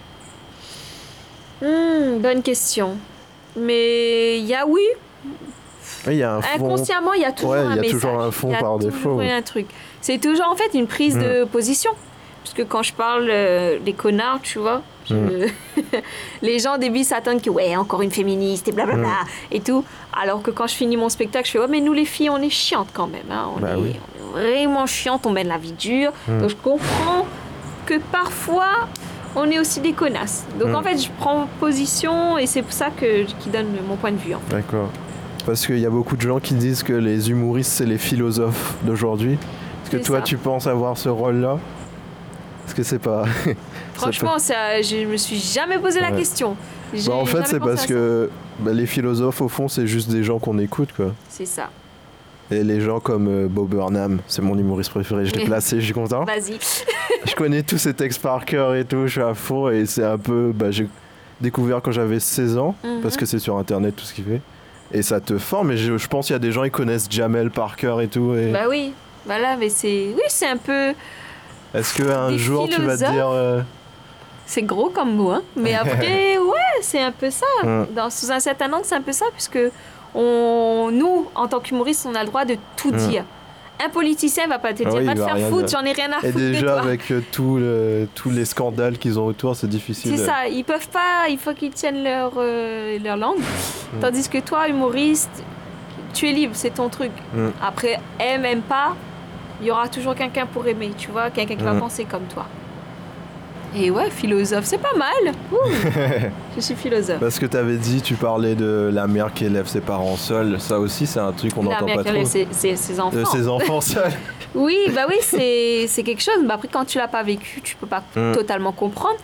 Bonne question. Mais il y a il y a un fond. Inconsciemment, il y a toujours un message. Il y a toujours un fond par défaut. Un truc. C'est toujours en fait une prise de position. Parce que quand je parle des connards, tu vois, les gens au début s'attendent que encore une féministe et blablabla et tout. Alors que quand je finis mon spectacle, je fais mais nous les filles, on est chiantes quand même. Hein. On est vraiment chiantes, on mène la vie dure. Donc je comprends que parfois on est aussi des connasses. Donc en fait, je prends position et c'est pour ça qui donne mon point de vue. En fait. D'accord. Parce qu'il y a beaucoup de gens qui disent que les humoristes, c'est les philosophes d'aujourd'hui. Est-ce que toi, tu penses avoir ce rôle-là? Est-ce que c'est pas... Franchement, je me suis jamais posé la question. En fait, c'est parce que les philosophes, au fond, c'est juste des gens qu'on écoute, quoi. C'est ça. Et les gens comme Bob Burnham, c'est mon humoriste préféré, je l'ai placé, je suis content. Vas-y. Je connais tous ses textes par cœur et tout, je suis à fond, et c'est un peu... j'ai découvert quand j'avais 16 ans, parce que c'est sur Internet tout ce qu'il fait. Et ça te forme, et je pense qu'il y a des gens qui connaissent Jamel par cœur et tout. Et... Bah oui, voilà, mais c'est un peu... Est-ce qu'un jour tu vas te dire... C'est gros comme mot, hein. Mais après, c'est un peu ça. Sous un certain angle, c'est un peu ça, puisque nous, en tant qu'humoristes, on a le droit de tout dire. Un politicien va pas te dire, Oui, va il te va faire rien foutre, dire. j'en ai rien à Et foutre de déjà, toi. avec tous les scandales qu'ils ont autour, c'est difficile. C'est ça, ils peuvent pas, il faut qu'ils tiennent leur langue. Tandis que toi, humoriste, tu es libre, c'est ton truc. Après, aime pas, il y aura toujours quelqu'un pour aimer, tu vois, quelqu'un qui va penser comme toi. Et ouais, philosophe, c'est pas mal. Ouh, je suis philosophe. Parce que tu avais dit, tu parlais de la mère qui élève ses parents seuls. Ça aussi, c'est un truc qu'on n'entend pas trop. La mère qui élève ses enfants. De ses enfants seuls. Oui, c'est quelque chose. Mais après, quand tu l'as pas vécu, tu peux pas totalement comprendre.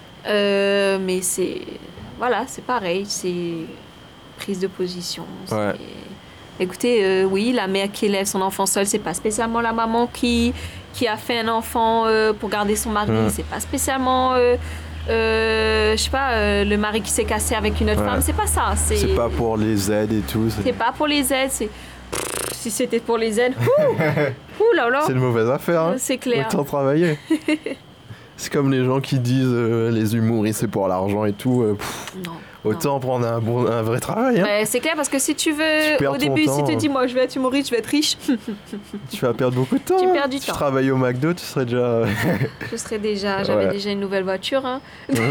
Mais voilà, c'est pareil. C'est prise de position. Ouais. Écoutez, oui, la mère qui élève son enfant seul, c'est pas spécialement la maman qui a fait un enfant pour garder son mari. C'est pas spécialement, je sais pas, le mari qui s'est cassé avec une autre femme. C'est pas ça. C'est pas pour les aides et tout. C'est pas pour les aides. Si c'était pour les aides, ouh là là. C'est une mauvaise affaire. Hein. C'est clair. Autant travailler. C'est comme les gens qui disent les humoristes c'est pour l'argent et tout. Non. Autant prendre un vrai travail. Hein. Ouais, c'est clair parce que si tu veux, au début, si tu te dis moi je vais être humoriste, je vais être riche. Tu vas perdre beaucoup de temps. Tu perds du temps. temps. Tu travailles au McDo, tu serais déjà. J'avais déjà une nouvelle voiture. Hein.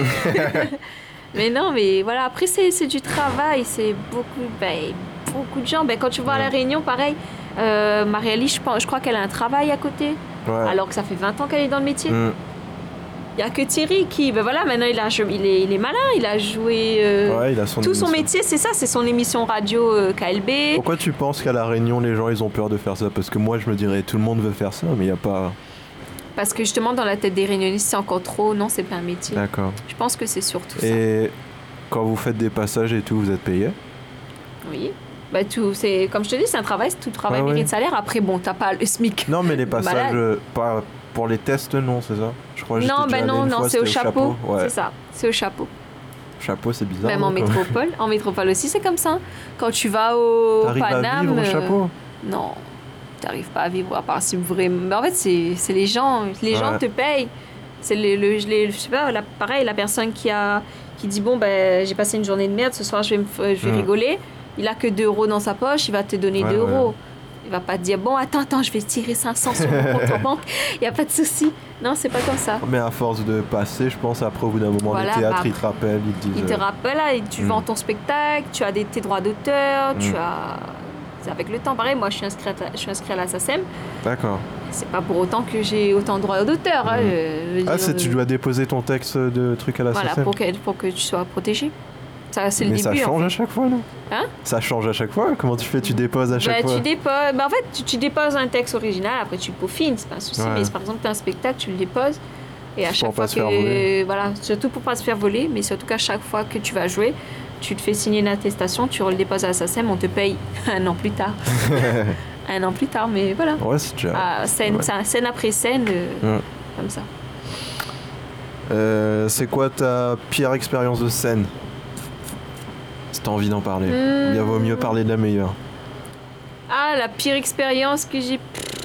Mais non, mais voilà, après c'est du travail, c'est beaucoup de gens. Quand tu vas à La Réunion, pareil, Marie-Alice, je crois qu'elle a un travail à côté, alors que ça fait 20 ans qu'elle est dans le métier. Il n'y a que Thierry qui, maintenant il est malin, il a joué il a tout son métier, c'est ça, c'est son émission radio KLB. Pourquoi tu penses qu'à La Réunion, les gens ils ont peur de faire ça? Parce que moi je me dirais tout le monde veut faire ça, mais il n'y a pas... Parce que justement dans la tête des réunionnistes c'est encore trop, non c'est pas un métier. D'accord. Je pense que c'est surtout ça. Et quand vous faites des passages et tout, vous êtes payé? Oui. C'est, comme je te dis, c'est un travail, tout travail mérite salaire. Après t'as pas le SMIC. Non mais les passages, pas... Pour les tests, non, c'est ça? Je crois que non, c'est au chapeau. Ouais. C'est ça, c'est au chapeau. Chapeau, c'est bizarre. Même en métropole. En métropole aussi, c'est comme ça. Quand tu vas au Paname... T'arrives à vivre au chapeau? Non, t'arrives pas à vivre, à part si vraiment... Mais en fait, c'est les gens. Les gens te payent. C'est je sais pas, pareil, la personne qui dit, j'ai passé une journée de merde, ce soir, je vais rigoler. Il a que 2 euros dans sa poche, il va te donner 2 euros. Il va pas te dire, attends, je vais tirer 500 sur mon compte en banque. Il n'y a pas de souci. Non, c'est pas comme ça. Mais à force de passer, je pense, après, au bout d'un moment, le théâtre, ils te rappellent, ils te disent... Ils te rappellent, là, tu vends ton spectacle, tu as tes droits d'auteur, C'est avec le temps. Pareil, moi, je suis inscrit à la SACEM. D'accord. C'est pas pour autant que j'ai autant de droits d'auteur. Tu dois déposer ton texte de truc à la SACEM. Voilà, pour que tu sois protégé. Ça, c'est le début. Mais ça change à chaque fois, non? Hein? Ça change à chaque fois? Comment tu fais? Tu déposes à chaque fois? Tu déposes... en fait, tu déposes un texte original, après tu le peaufines, c'est pas un souci. Mais par exemple, tu as un spectacle, tu le déposes. Et à chaque fois que... Voilà, surtout pour pas se faire voler, mais surtout qu'à chaque fois que tu vas jouer, tu te fais signer une attestation, tu le déposes à la SACEM, on te paye 1 an plus tard. 1 an plus tard, mais voilà. Ouais, c'est déjà... Scène après scène, comme ça. C'est quoi ta pire expérience de scène? Si t'as envie d'en parler. Il vaut mieux parler de la meilleure. Ah, la pire expérience que j'ai...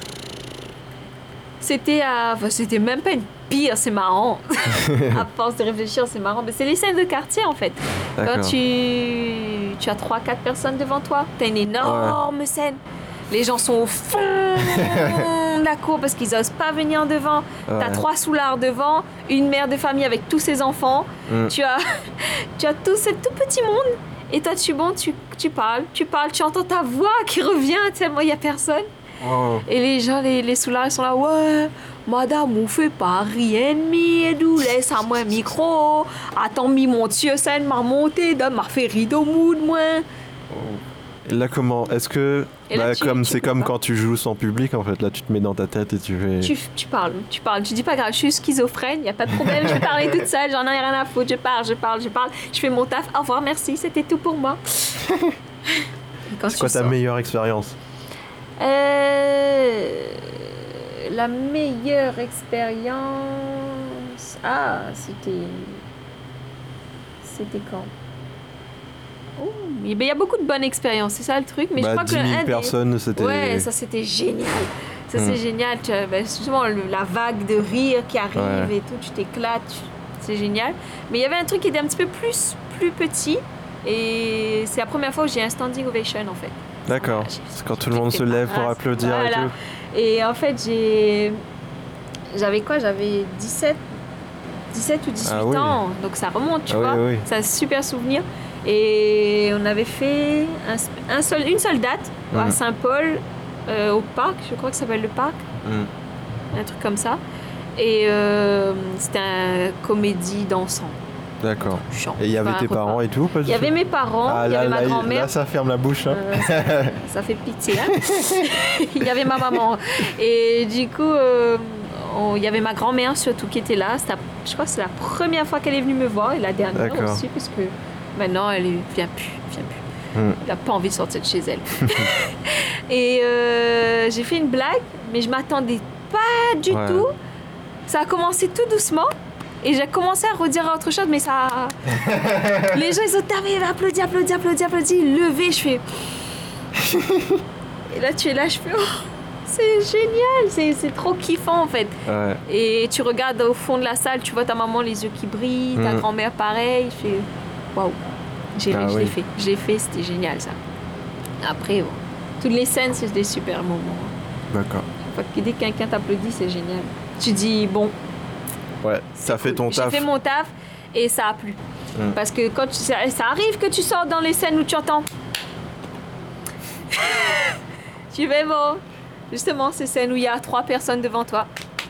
C'était même pas une pire, c'est marrant. À force de réfléchir, c'est marrant. Mais c'est les scènes de quartier, en fait. Quand tu as 3-4 personnes devant toi, t'as une énorme scène. Les gens sont au fond de la cour parce qu'ils n'osent pas venir devant. T'as 3 soulards devant, une mère de famille avec tous ses enfants. Tu as tout ce tout petit monde. Et toi, tu parles, tu entends ta voix qui revient tellement il n'y a personne. Et les gens, les soulards, ils sont là, ouais, madame, on fait pas rien de mieux, laisse à moi un micro. Attends, mon Dieu, ça m'a monté, m'a fait rideau mood, moi. Là, comment? Est-ce que... c'est comme quand tu joues sans public, en fait. Là, tu te mets dans ta tête et tu fais... Tu parles. Tu dis pas grave, je suis schizophrène, il n'y a pas de problème, je vais parler toute seule, j'en ai rien à foutre, je parle. Je fais mon taf, au revoir, merci, c'était tout pour moi. C'est quoi ta meilleure expérience? La meilleure expérience... Ah, c'était quand? Il y a beaucoup de bonnes expériences, c'est ça le truc. Mais je crois 10 000 personnes, c'était... Ouais, ça c'était génial. Ça c'est génial. Justement, la vague de rire qui arrive et tout, tu t'éclates, c'est génial. Mais il y avait un truc qui était un petit peu plus petit. Et c'est la première fois où j'ai un standing ovation en fait. D'accord. Voilà, C'est quand tout le monde se lève pour applaudir et voilà. tout. Et en fait, j'avais quoi? J'avais 17 ou 18 Ah oui. ans, donc ça remonte, tu Ah oui, vois. oui. C'est un super souvenir. Et on avait fait une seule date à Saint-Paul, au parc, je crois que ça s'appelle le parc, un truc comme ça. Et c'était un comédie dansant. D'accord. Chant. Et il y avait Enfin, tes un repas. parents et tout? Il y avait mes parents, il y avait ma grand-mère. Là, ça ferme la bouche. Hein. Ça fait pitié. Hein. Il y avait ma maman. Et du coup, il y avait ma grand-mère surtout qui était là. Je crois que c'est la première fois qu'elle est venue me voir et la dernière D'accord. aussi, parce que maintenant, elle ne vient plus. Elle n'a pas envie de sortir de chez elle. Et j'ai fait une blague, mais je m'attendais pas du tout. Ça a commencé tout doucement. Et j'ai commencé à redire autre chose, mais ça... Les gens, ils ont tapé, applaudi, levé, je fais... Et là, tu es là, je fais... Oh, c'est génial, c'est trop kiffant, en fait. Ouais. Et tu regardes au fond de la salle, tu vois ta maman, les yeux qui brillent, ta grand-mère, pareil. Je fais... Waouh, je l'ai fait, c'était génial, ça. Après, bon, toutes les scènes, c'est des super moments. D'accord. Dès que quelqu'un t'applaudit, c'est génial. Tu dis, bon... Ouais, ça fait ton taf. J'ai fait mon taf et ça a plu. Parce que quand ça arrive que tu sors dans les scènes où tu entends... Tu fais bon. Justement, ces scènes où il y a 3 personnes devant toi.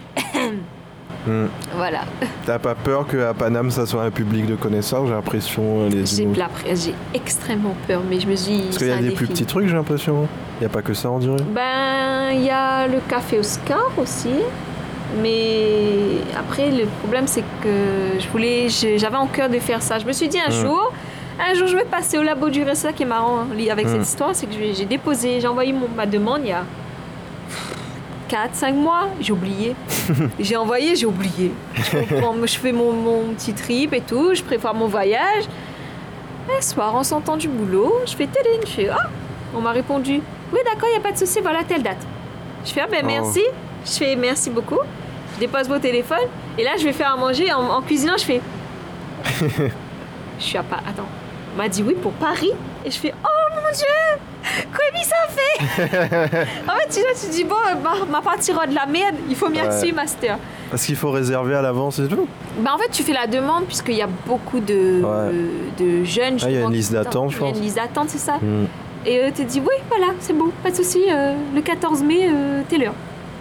Voilà. T'as pas peur qu'à Paname, ça soit un public de connaisseurs? J'ai l'impression... J'ai extrêmement peur, mais je me suis dit... Parce qu'il y a des plus petits trucs, j'ai l'impression. Il n'y a pas que ça, on dirait. Ben, il y a le Café Oscar aussi. Mais après, le problème, c'est que j'avais en cœur de faire ça. Je me suis dit un jour, je vais passer au labo du RSA, qui est marrant avec cette histoire, c'est que j'ai envoyé ma demande il y a 4-5 mois, j'ai oublié. J'ai oublié. Je fais mon petit trip et tout, je prépare mon voyage. Un soir, en sortant du boulot, je fais télé, je fais on m'a répondu, oui d'accord, il n'y a pas de souci, voilà telle date. Je fais merci. Je fais merci beaucoup. Je dépose mon téléphone et là je vais faire à manger en cuisinant. Je fais. Je suis à pas. Attends. On m'a dit oui pour Paris et je fais oh mon Dieu, comment ça fait. En fait tu te dis bon ma partie de la merde. Il faut merci master. Parce qu'il faut réserver à l'avance et tout. En fait tu fais la demande puisqu'il y a beaucoup de jeunes. Il y a une liste d'attente, je pense. Il y a une liste d'attente, c'est ça. Et tu te dis oui voilà c'est bon, pas de souci. Le 14 mai t'es l'heure.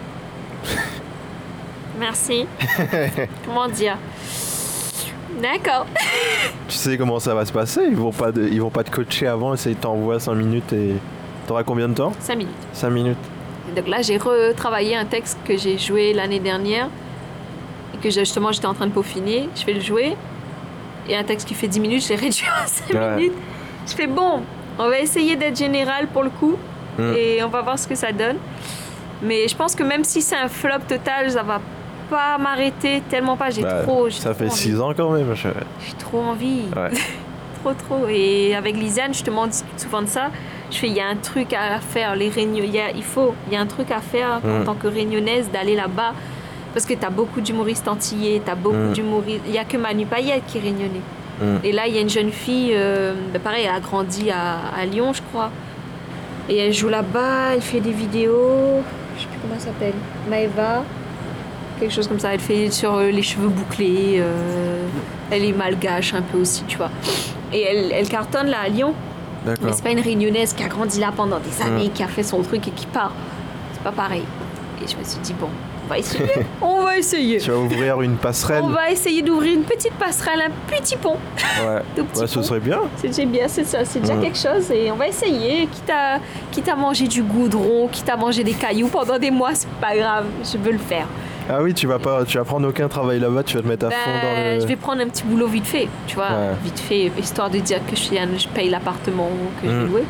Merci. Comment dire? D'accord. Tu sais comment ça va se passer? Ils vont pas te coacher avant, ils t'envoient 5 minutes et... T'auras combien de temps? 5 minutes. 5 minutes. Et donc là, j'ai retravaillé un texte que j'ai joué l'année dernière et que justement j'étais en train de peaufiner. Je vais le jouer. Et un texte qui fait 10 minutes, je l'ai réduit à 5 minutes. Je fais bon, on va essayer d'être général pour le coup et on va voir ce que ça donne. Mais je pense que même si c'est un flop total, ça va pas m'arrêter tellement pas. Ça fait 6 ans quand même. J'ai trop envie. Ouais. trop. Et avec Lisiane, justement, on discute souvent de ça. Je fais, il y a un truc à faire. Il y a un truc à faire en tant que réunionnaise d'aller là-bas. Parce que t'as beaucoup d'humoristes antillais, t'as beaucoup d'humoristes. Il y a que Manu Payette qui est réunionnais. Et là, il y a une jeune fille, pareil, elle a grandi à Lyon, je crois. Et elle joue là-bas, elle fait des vidéos. Je sais plus comment elle s'appelle, Maëva, quelque chose comme ça. Elle fait sur les cheveux bouclés, elle est malgache un peu aussi, tu vois. Et elle cartonne là à Lyon. D'accord. Mais c'est pas une réunionnaise qui a grandi là pendant des années, qui a fait son truc et qui part. C'est pas pareil. Et je me suis dit, bon, on va essayer. On va essayer. Tu vas ouvrir une passerelle. On va essayer d'ouvrir une petite passerelle, un petit pont. Ouais, ce serait bien. C'est bien, c'est ça, c'est déjà quelque chose et on va essayer. Quitte à manger du goudron, quitte à manger des cailloux pendant des mois, c'est pas grave, je veux le faire. Ah oui, tu vas prendre aucun travail là-bas, tu vas te mettre à fond dans le... Je vais prendre un petit boulot vite fait, tu vois, vite fait, histoire de dire que je paye l'appartement que je vais louer.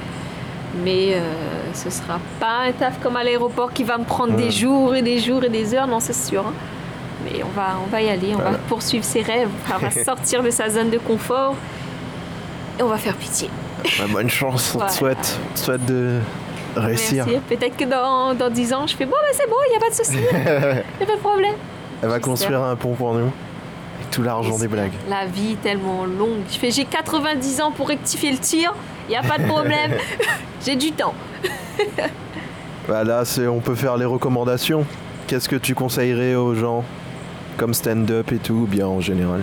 Mais ce sera pas un taf comme à l'aéroport qui va me prendre des jours et des jours et des heures, non c'est sûr. Hein. Mais on va y aller, on va poursuivre ses rêves, on va sortir de sa zone de confort et on va faire pitié. Bonne chance, on te souhaite de réussir. Merci. Peut-être que dans 10 ans, je fais bon, c'est bon, il n'y a pas de souci, il n'y a pas de problème. Elle va construire un pont pour nous. tout l'argent des blagues. La vie est tellement longue. J'ai 90 ans pour rectifier le tir. Il n'y a pas de problème. J'ai du temps. Bah là, on peut faire les recommandations. Qu'est-ce que tu conseillerais aux gens comme stand-up et tout, ou bien en général?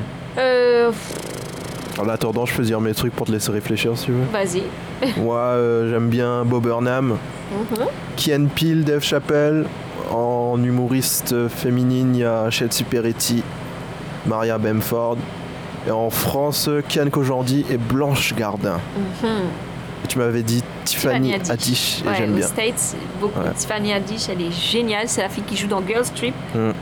En attendant, je peux dire mes trucs pour te laisser réfléchir si tu veux. Vas-y. Moi, j'aime bien Bo Burnham, Key & Peele, Dave Chappelle. En humoriste féminine, il y a Chelsea Peretti, Maria Bamford. Et en France, Kian Kojandi et Blanche Gardin. Tu m'avais dit Tiffany Haddish, et j'aime bien. Aux States, beaucoup. Tiffany Haddish, elle est géniale. C'est la fille qui joue dans Girls Trip.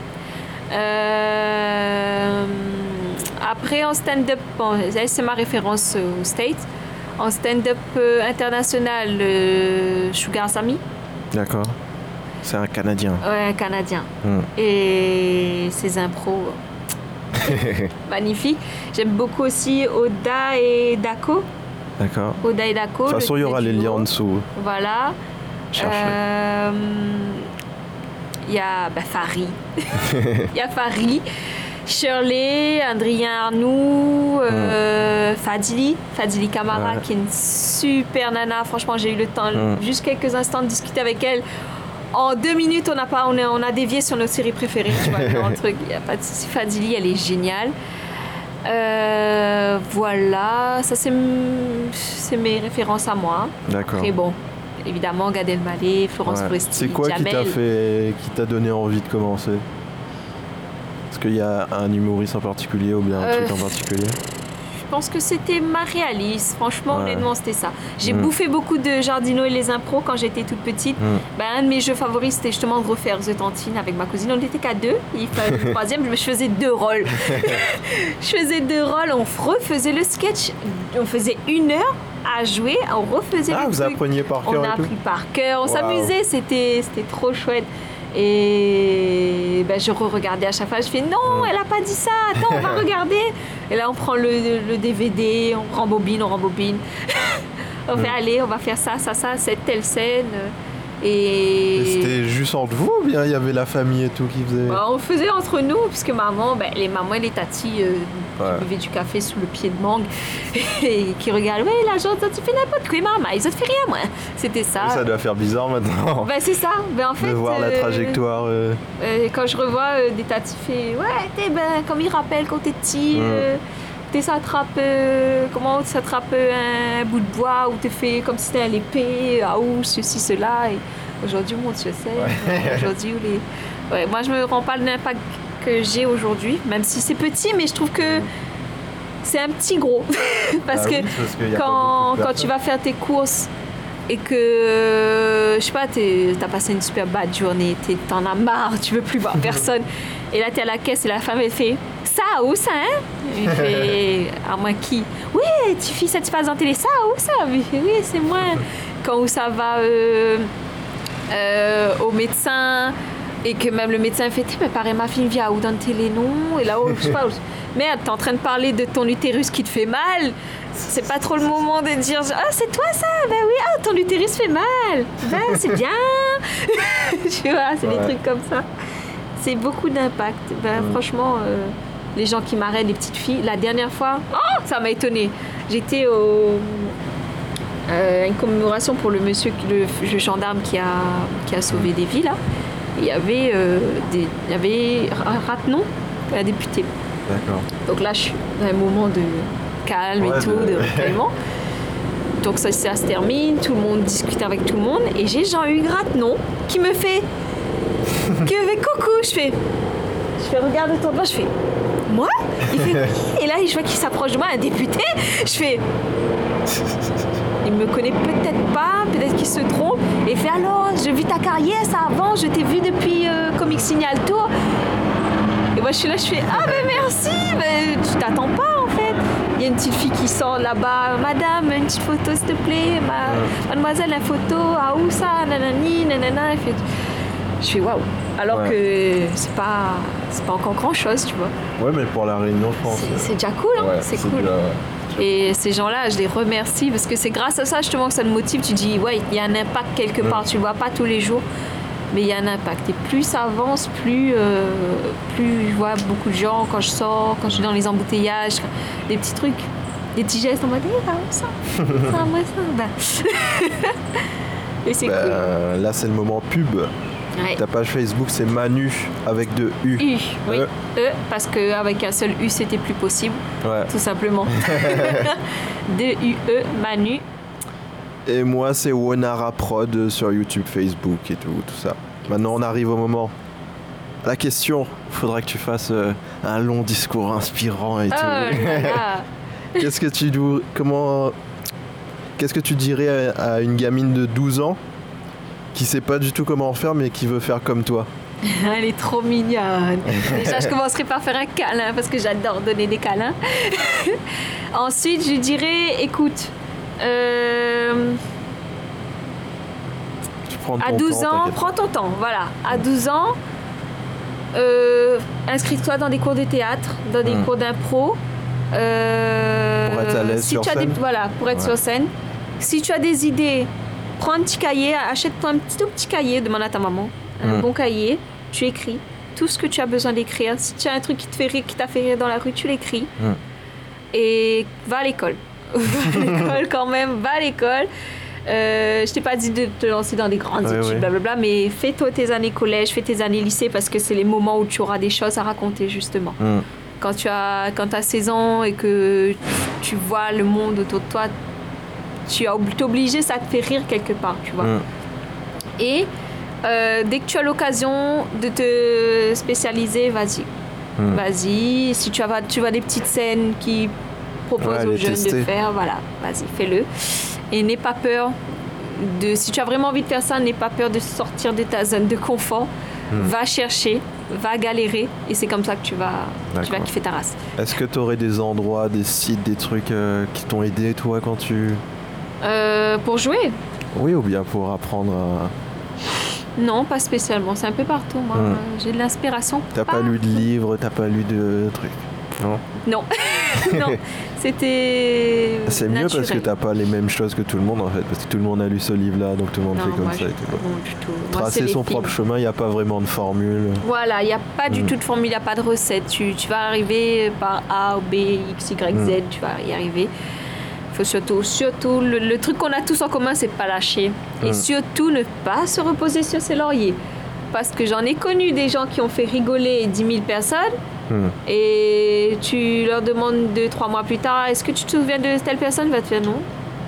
Après, en stand-up, bon, c'est ma référence aux States. En stand-up international, Sugar Sammy. D'accord. C'est un Canadien. Ouais, un Canadien. Et ses impros, magnifiques. J'aime beaucoup aussi Oda et Dako. D'accord. Oda et Dako. De toute façon, il y aura les liens en dessous. Voilà. Il y a Fari. Il y a Fari. Shirley, Adrien Arnoux, Fadili Camara, qui est une super nana. Franchement, j'ai eu le temps, juste quelques instants, de discuter avec elle. En 2 minutes, on a dévié sur nos séries préférées. Tu vois, genre, un truc, y a pas de souci. Fadili, elle est géniale. Voilà, ça c'est mes références à moi. D'accord. Et bon, évidemment, Gad Elmaleh, Florence Foresti, c'est quoi Jamel. qui t'a donné envie de commencer? Est-ce qu'il y a un humoriste en particulier ou bien un truc en particulier? Je pense que c'était Marie Alice. Franchement, honnêtement, c'était ça. J'ai bouffé beaucoup de Jardino et les impros quand j'étais toute petite. Un de mes jeux favoris, c'était justement de refaire The Tantine avec ma cousine. On n'était qu'à 2. Il fallait le 3e, je faisais 2 rôles. On refaisait le sketch. On faisait 1 heure à jouer. On refaisait le truc. Vous appreniez par cœur? On a appris par cœur. On s'amusait. C'était trop chouette. Et je re-regardais à chaque fois, je fais non, elle a pas dit ça, attends, on va regarder. Et là on prend le DVD, on rembobine. On fait allez, on va faire ça, cette telle scène. Et c'était juste entre vous ou bien il y avait la famille et tout qui faisait? On faisait entre nous, puisque maman, les mamans et les tatis qui buvaient du café sous le pied de mangue et qui regardaient, ouais, la gente, tu fais n'importe quoi, maman, ils ont fait rien, moi. C'était ça. Et ça doit faire bizarre maintenant. C'est ça. En fait, de voir la trajectoire. Quand je revois des tatis, comme ils rappellent quand t'es petit. Tu s'attrapes un bout de bois ou tu fais comme si c'était un épée, ceci, cela. Et aujourd'hui, mon Dieu sait. Aujourd'hui, moi, je me rends pas l'impact que j'ai aujourd'hui, même si c'est petit, mais je trouve que c'est un petit gros. parce que quand tu vas faire tes courses et que, je sais pas, t'as passé une super bad journée, t'en as marre, tu veux plus voir personne. Et là, t'es à la caisse et la femme, elle fait ça, où ça, hein? Il fait, à moi qui? Oui, tu fais ça, tu passes dans la télé, ça, où ça? Il fait, oui, c'est moi. Quand ça va au médecin et que même le médecin fait, mais pareil, ma fille vient où dans la télé, non? Et là, je sais pas, merde, t'es en train de parler de ton utérus qui te fait mal. C'est pas trop le moment de dire, c'est toi ça? Ben oui, ton utérus fait mal. C'est bien. Tu vois, c'est des trucs comme ça. C'est beaucoup d'impact. Franchement, les gens qui m'arrêtent, les petites filles, la dernière fois, ça m'a étonnée. J'étais à une commémoration pour le monsieur, le gendarme qui a sauvé des vies, là. Il y avait Ratenon, la députée. D'accord. Donc là, je suis dans un moment de calme et tout, de recueillement. Donc ça se termine, tout le monde discute avec tout le monde. Et j'ai Jean-Hugues Ratenon qui me fait... coucou, je fais regarde autour de moi, je fais moi? Il fait et là je vois qu'il s'approche de moi, un député. Je fais il me connaît peut-être pas, peut-être qu'il se trompe. Et il fait alors, j'ai vu ta carrière, ça avant, je t'ai vu depuis Comic Signal Tour. Et moi je suis là, je fais merci, mais tu t'attends pas en fait. Il y a une petite fille qui sort là-bas, madame, une petite photo s'il te plaît, mademoiselle, la photo, où ça, nanani, nanana. Elle fait, je fais waouh, alors que c'est pas encore grand chose, tu vois. Ouais, mais pour la réunion, je pense. C'est déjà cool, hein, c'est cool. Déjà, et ces gens-là, je les remercie parce que c'est grâce à ça justement que ça te motive. Tu dis, il y a un impact quelque part, tu le vois pas tous les jours. mais il y a un impact. Et plus ça avance, plus je vois beaucoup de gens quand je sors, quand je suis dans les embouteillages, des petits trucs, des petits gestes en mode ça, moi ça. Et c'est cool. Là, c'est le moment pub. Ouais. Ta page Facebook, c'est Manu avec 2 U. Oui. Parce qu'avec un seul U, c'était plus possible. Ouais. Tout simplement. 2 UE, Manu. Et moi, c'est Wonara Prod sur YouTube, Facebook et tout ça. Maintenant, on arrive au moment. La question, faudra que tu fasses un long discours inspirant et tout. Qu'est-ce que tu dirais à une gamine de 12 ans qui sait pas du tout comment faire mais qui veut faire comme toi? Elle est trop mignonne. Déjà, je commencerai par faire un câlin parce que j'adore donner des câlins. Ensuite, je dirais, écoute, à 12 ans, prends ton temps, voilà. À 12 ans, inscris-toi dans des cours de théâtre, dans des cours d'impro. Pour être à l'aise sur scène. Pour être sur scène. Si tu as des idées, prends un petit cahier, achète-toi un tout petit cahier, demande à ta maman, un bon cahier, tu écris tout ce que tu as besoin d'écrire. Si tu as un truc qui t'a fait rire dans la rue, tu l'écris. Et va à l'école. Va à l'école quand même, va à l'école. Je t'ai pas dit de te lancer dans des grandes études, blablabla, mais fais-toi tes années collège, fais tes années lycée, parce que c'est les moments où tu auras des choses à raconter, justement. Quand tu as 16 ans et que tu vois le monde autour de toi, t'es obligé, ça te fait rire quelque part, tu vois. Et dès que tu as l'occasion de te spécialiser, vas-y. Vas-y. Si tu vois des petites scènes qui proposent aux jeunes de faire, voilà, vas-y, fais-le. Et n'aie pas peur si tu as vraiment envie de faire ça, n'aie pas peur de sortir de ta zone de confort. Va chercher, va galérer, et c'est comme ça que tu vas kiffer ta race. Est-ce que tu aurais des endroits, des sites, des trucs qui t'ont aidé, toi, quand tu... Pour jouer? Oui, ou bien pour apprendre à... Non, pas spécialement. C'est un peu partout, moi. J'ai de l'inspiration. T'as pas lu de livres, t'as pas lu de trucs? Non. Non. C'était c'est mieux naturel. Parce que t'as pas les mêmes choses que tout le monde, en fait. Parce que tout le monde a lu ce livre-là, donc tout le monde fait comme ça. Et tout. Non, du tout. Tracer son propre chemin, il n'y a pas vraiment de formule. Voilà, il n'y a pas du tout de formule, il n'y a pas de recette. Tu vas arriver par A ou B, X, Y, Z, tu vas y arriver. Il faut surtout le truc qu'on a tous en commun, c'est de pas lâcher. Et surtout, ne pas se reposer sur ses lauriers. Parce que j'en ai connu des gens qui ont fait rigoler 10 000 personnes. Et tu leur demandes 2-3 mois plus tard, est-ce que tu te souviens de telle personne? Il va te faire non.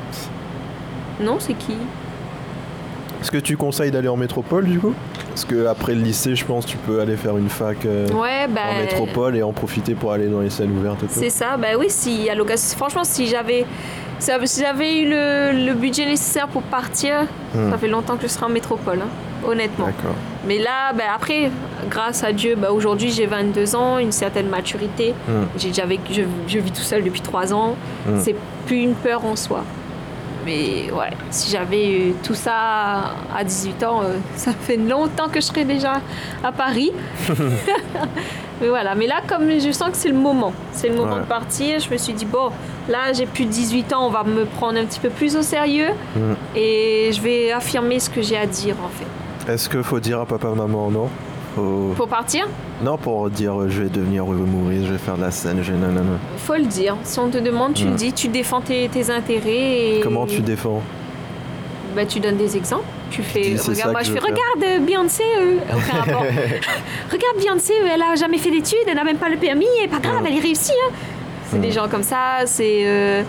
Non, c'est qui? Est-ce que tu conseilles d'aller en métropole, du coup? Parce qu'après le lycée, je pense, tu peux aller faire une fac en métropole et en profiter pour aller dans les salles ouvertes. C'est ça, oui, si à l'occasion. Franchement, si j'avais eu le budget nécessaire pour partir, ça fait longtemps que je serais en métropole, honnêtement. D'accord. Mais là, après, grâce à Dieu, aujourd'hui j'ai 22 ans, une certaine maturité. Je vis tout seul depuis 3 ans. C'est plus une peur en soi. Mais ouais, si j'avais eu tout ça à 18 ans, ça fait longtemps que je serais déjà à Paris. Mais voilà, mais là, comme je sens que c'est le moment de partir, je me suis dit, bon, là j'ai plus de 18 ans, on va me prendre un petit peu plus au sérieux et je vais affirmer ce que j'ai à dire en fait. Est-ce qu'il faut dire à papa, maman, non? Pour partir? Non, pour dire je vais devenir humoriste, je vais faire de la scène, Faut le dire. Si on te demande, tu le dis, tu défends tes intérêts. Comment tu défends? Tu donnes des exemples. Tu fais, regarde Beyoncé, aucun rapport. Regarde Beyoncé, elle a jamais fait d'études, elle n'a même pas le permis, et pas grave, elle y réussit. C'est des gens comme ça, c'est...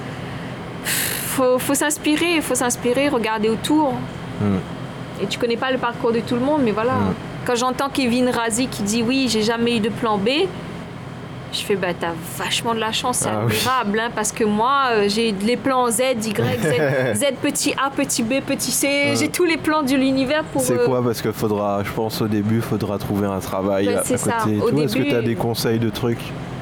faut s'inspirer, regarder autour. Et tu connais pas le parcours de tout le monde, mais voilà. Quand j'entends Kevin Razi qui dit oui, j'ai jamais eu de plan B, je fais t'as vachement de la chance, c'est admirable, parce que moi j'ai les plans Z, Y, Z, Z petit A, petit B, petit C, j'ai tous les plans de l'univers pour... C'est quoi? Parce que je pense au début, faudra trouver un travail à côté et tout. Est-ce que tu as des conseils de trucs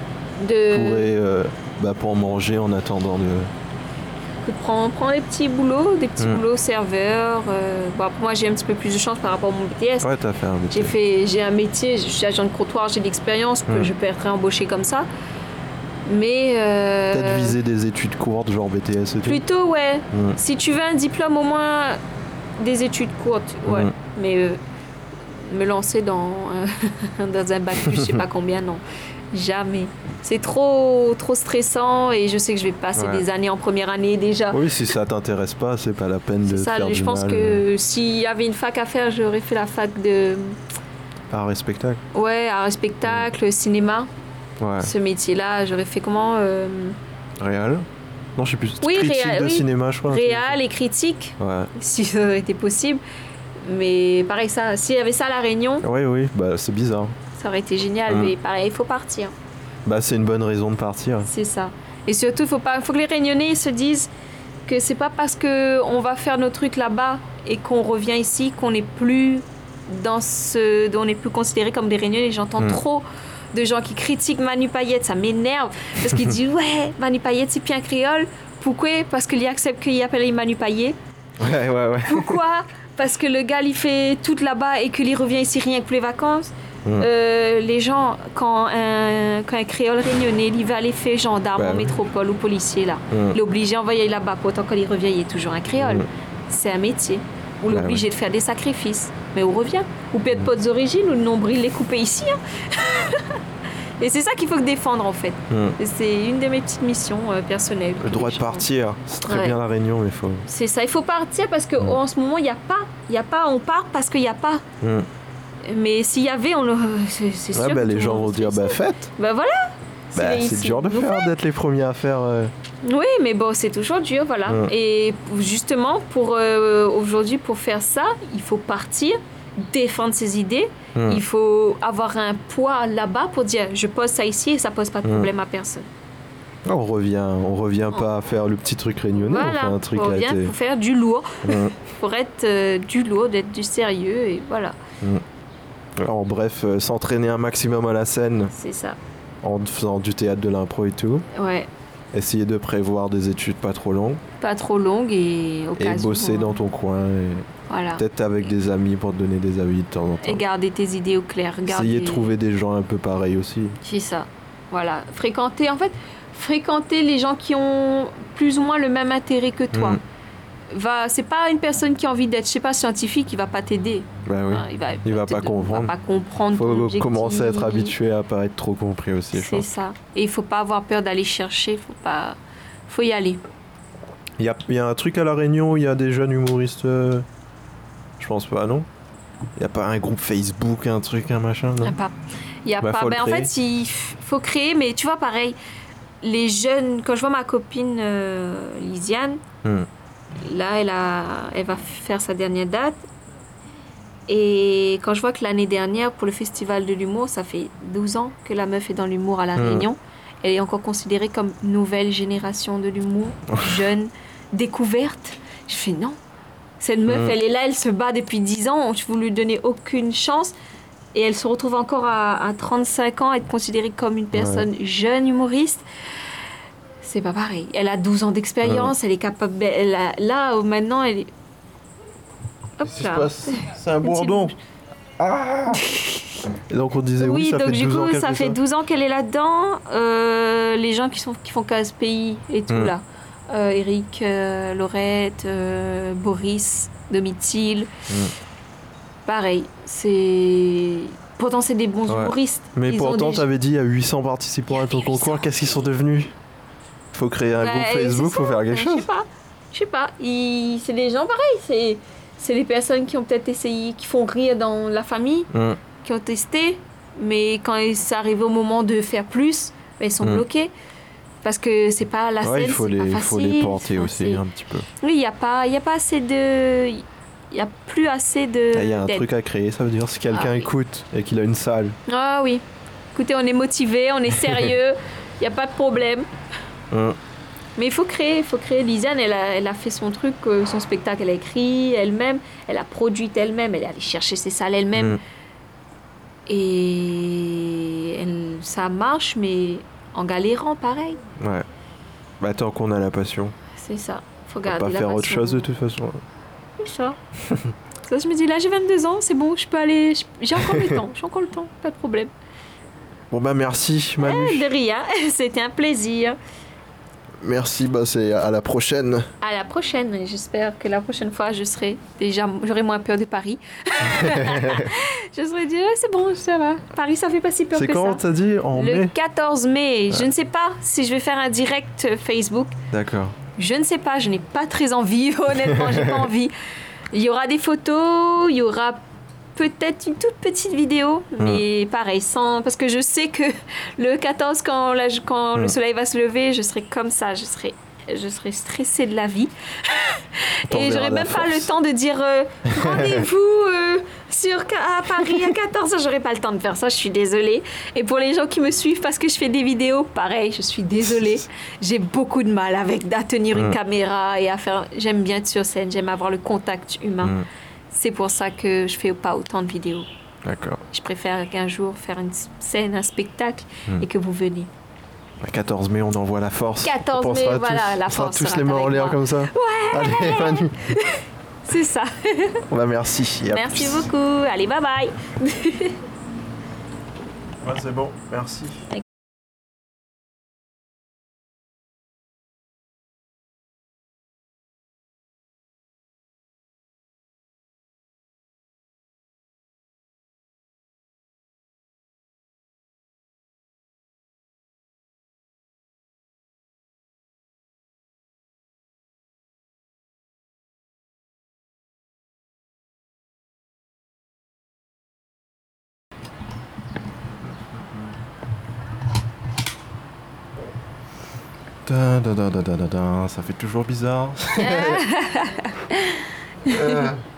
pour manger en attendant de... Prends des petits boulots, boulots serveurs. Moi, j'ai un petit peu plus de chance par rapport à mon BTS. Ouais, t'as fait un métier. J'ai un métier, je suis agent de comptoir, j'ai de l'expérience, je peux être réembauché comme ça. Mais... Peut-être viser des études courtes, genre BTS et tout. Plutôt, ouais. Si tu veux un diplôme, au moins des études courtes, ouais. Mais me lancer dans dans un bac plus, je sais pas combien, non. Jamais. C'est trop stressant et je sais que je vais passer des années en première année déjà. Oui, si ça t'intéresse pas, c'est pas la peine de faire du mal. Je pense que s'il y avait une fac à faire, j'aurais fait la fac de... Art et spectacle. Ouais, art et spectacle, cinéma. Ouais. Ce métier-là, j'aurais fait comment Réal. Non, je sais plus. Oui, critique réal, de oui. cinéma, je crois. Réal et critique. Ouais. Si ça aurait été possible. Mais pareil, ça, s'il y avait ça à La Réunion, Oui, bah c'est bizarre. ça aurait été génial. Mais pareil, il faut partir. Bah c'est une bonne raison de partir. C'est ça. Et surtout, faut que les Réunionnais se disent que c'est pas parce qu'on va faire nos trucs là-bas et qu'on revient ici qu'on n'est plus on n'est plus considérés comme des Réunionnais. J'entends trop de gens qui critiquent Manu Payette, ça m'énerve parce qu'ils disent ouais, Manu Payette c'est bien créole. Pourquoi? Parce qu'il accepte qu'il appelle Manu Payet. Ouais. Pourquoi? Parce que le gars il fait tout là-bas et qu'il revient ici rien que pour les vacances. Les gens, quand un créole réunionnais, il va aller faire gendarme en métropole ou policier là, il est obligé d'envoyer là-bas. Pourtant quand il revient, il est toujours un créole. C'est un métier. On est obligé de faire des sacrifices. Mais on revient. Ou peut-être pas d'origine, ou le nombril est coupé ici. Et c'est ça qu'il faut défendre en fait. Et c'est une de mes petites missions personnelles. Le droit de partir, c'est très bien La Réunion, mais il faut... C'est ça, il faut partir parce qu'en ce moment, il n'y a pas. On part parce qu'il n'y a pas. Mais s'il y avait, c'est sûr. Les gens vont dire, faites. Bah voilà. C'est dur d'être les premiers à faire. Oui, mais bon, c'est toujours dur, voilà. Et justement, aujourd'hui, pour faire ça, il faut partir, défendre ses idées. Il faut avoir un poids là-bas pour dire, je pose ça ici et ça pose pas de problème à personne. On revient pas à faire le petit truc réunionnais, voilà. On fait un truc on revient pour faire du lourd, pour être du lourd, d'être du sérieux, et voilà. Alors bref, s'entraîner un maximum à la scène. C'est ça. En faisant du théâtre, de l'impro et tout. Ouais. Essayer de prévoir des études pas trop longues. Pas trop longues et bosser dans ton coin. Voilà. Peut-être avec des amis pour te donner des avis de temps en temps. Et garder tes idées au clair. Essayer de trouver des gens un peu pareils aussi. C'est ça. Voilà. Fréquenter les gens qui ont plus ou moins le même intérêt que toi. C'est pas une personne qui a envie d'être, je sais pas, scientifique, qui va pas t'aider. Oui. Il va pas comprendre. Il va pas comprendre. Faut commencer à être habitué à pas être trop compris aussi. C'est ça. Et il faut pas avoir peur d'aller chercher. Faut y aller. Il y a un truc à La Réunion où il y a des jeunes humoristes. Je pense pas, non. Il y a pas un groupe Facebook, un truc, un machin, non. Il y a pas. En fait, il faut créer, mais tu vois, pareil. Les jeunes, quand je vois ma copine Lisiane. Là, elle va faire sa dernière date. Et quand je vois que l'année dernière, pour le Festival de l'humour, ça fait 12 ans que la meuf est dans l'humour à La Réunion. Elle est encore considérée comme nouvelle génération de l'humour, jeune, découverte. Je fais non. Cette meuf, elle est là, elle se bat depuis 10 ans. Je ne lui donner aucune chance. Et elle se retrouve encore à 35 ans, à être considérée comme une personne jeune humoriste. C'est pas pareil. Elle a 12 ans d'expérience, elle est capable... maintenant, elle est... Hop là. C'est un bourdon. Ah. Et donc on disait oui, ça donc fait 12 ans ça fait 12 ans qu'elle est là-dedans. Les gens qui font KSPI et tout là. Eric, Laurette, Boris, Domitil. Pareil, pourtant c'est des bons humoristes. Mais pourtant t'avais dit il y a 800 participants à ton concours, qu'est-ce qu'ils sont devenus? Faut créer un groupe Facebook, faut faire quelque chose. Je sais pas. C'est des gens pareils. C'est les personnes qui ont peut-être essayé, qui font rire dans la famille, qui ont testé, mais quand ça arrive au moment de faire plus, ils sont bloqués. Parce que c'est pas la scène, il faut les porter aussi un petit peu. Oui, il n'y a pas assez de... Il n'y a plus assez de... Il y a un truc à créer, ça veut dire si quelqu'un écoute et qu'il a une salle. Ah oui. Écoutez, on est motivé, on est sérieux, il n'y a pas de problème. Mais il faut créer. Lisiane, elle a fait son truc, son spectacle, elle a écrit elle-même, elle a produit elle-même, elle est allée chercher ses salles elle-même. Et ça marche, mais en galérant, pareil. Ouais. Bah, tant qu'on a la passion. C'est ça. Faut garder la passion. Pas faire autre chose de toute façon. C'est ça. Ça, je me dis, là, j'ai 22 ans, c'est bon, je peux aller... J'ai encore le temps, pas de problème. Bon, bah, merci, Manu. De rien, c'était un plaisir. Merci, bah c'est à la prochaine. À la prochaine. J'espère que la prochaine fois, j'aurai moins peur de Paris. Je serai dit, c'est bon, ça va. Paris, ça fait pas si peur que C'est ça. quand t'as dit en Le mai 14 mai. Je ne sais pas si je vais faire un direct Facebook. D'accord. Je ne sais pas, je n'ai pas très envie, honnêtement, j'ai pas envie. Il y aura des photos, il y aura peut-être une toute petite vidéo, mais pareil, parce que je sais que le 14, quand le soleil va se lever, je serai comme ça, je serai stressée de la vie. Et j'aurai même pas le temps de dire rendez-vous à Paris à 14h. J'aurai pas le temps de faire ça, je suis désolée. Et pour les gens qui me suivent parce que je fais des vidéos, pareil, je suis désolée. J'ai beaucoup de mal à tenir une caméra et à faire. J'aime bien être sur scène, j'aime avoir le contact humain. C'est pour ça que je fais pas autant de vidéos. D'accord. Je préfère qu'un jour faire une scène, un spectacle et que vous veniez. Le 14 mai, on envoie la force. 14 mai, voilà, la on sera force. tous les mains en l'air comme ça. Ouais. Allez, Manu. C'est ça. Bah, merci. Et à Merci plus. beaucoup. Allez, bye bye. Ouais, c'est bon, merci. Da, da, da, da, da, da, da. Ça fait toujours bizarre.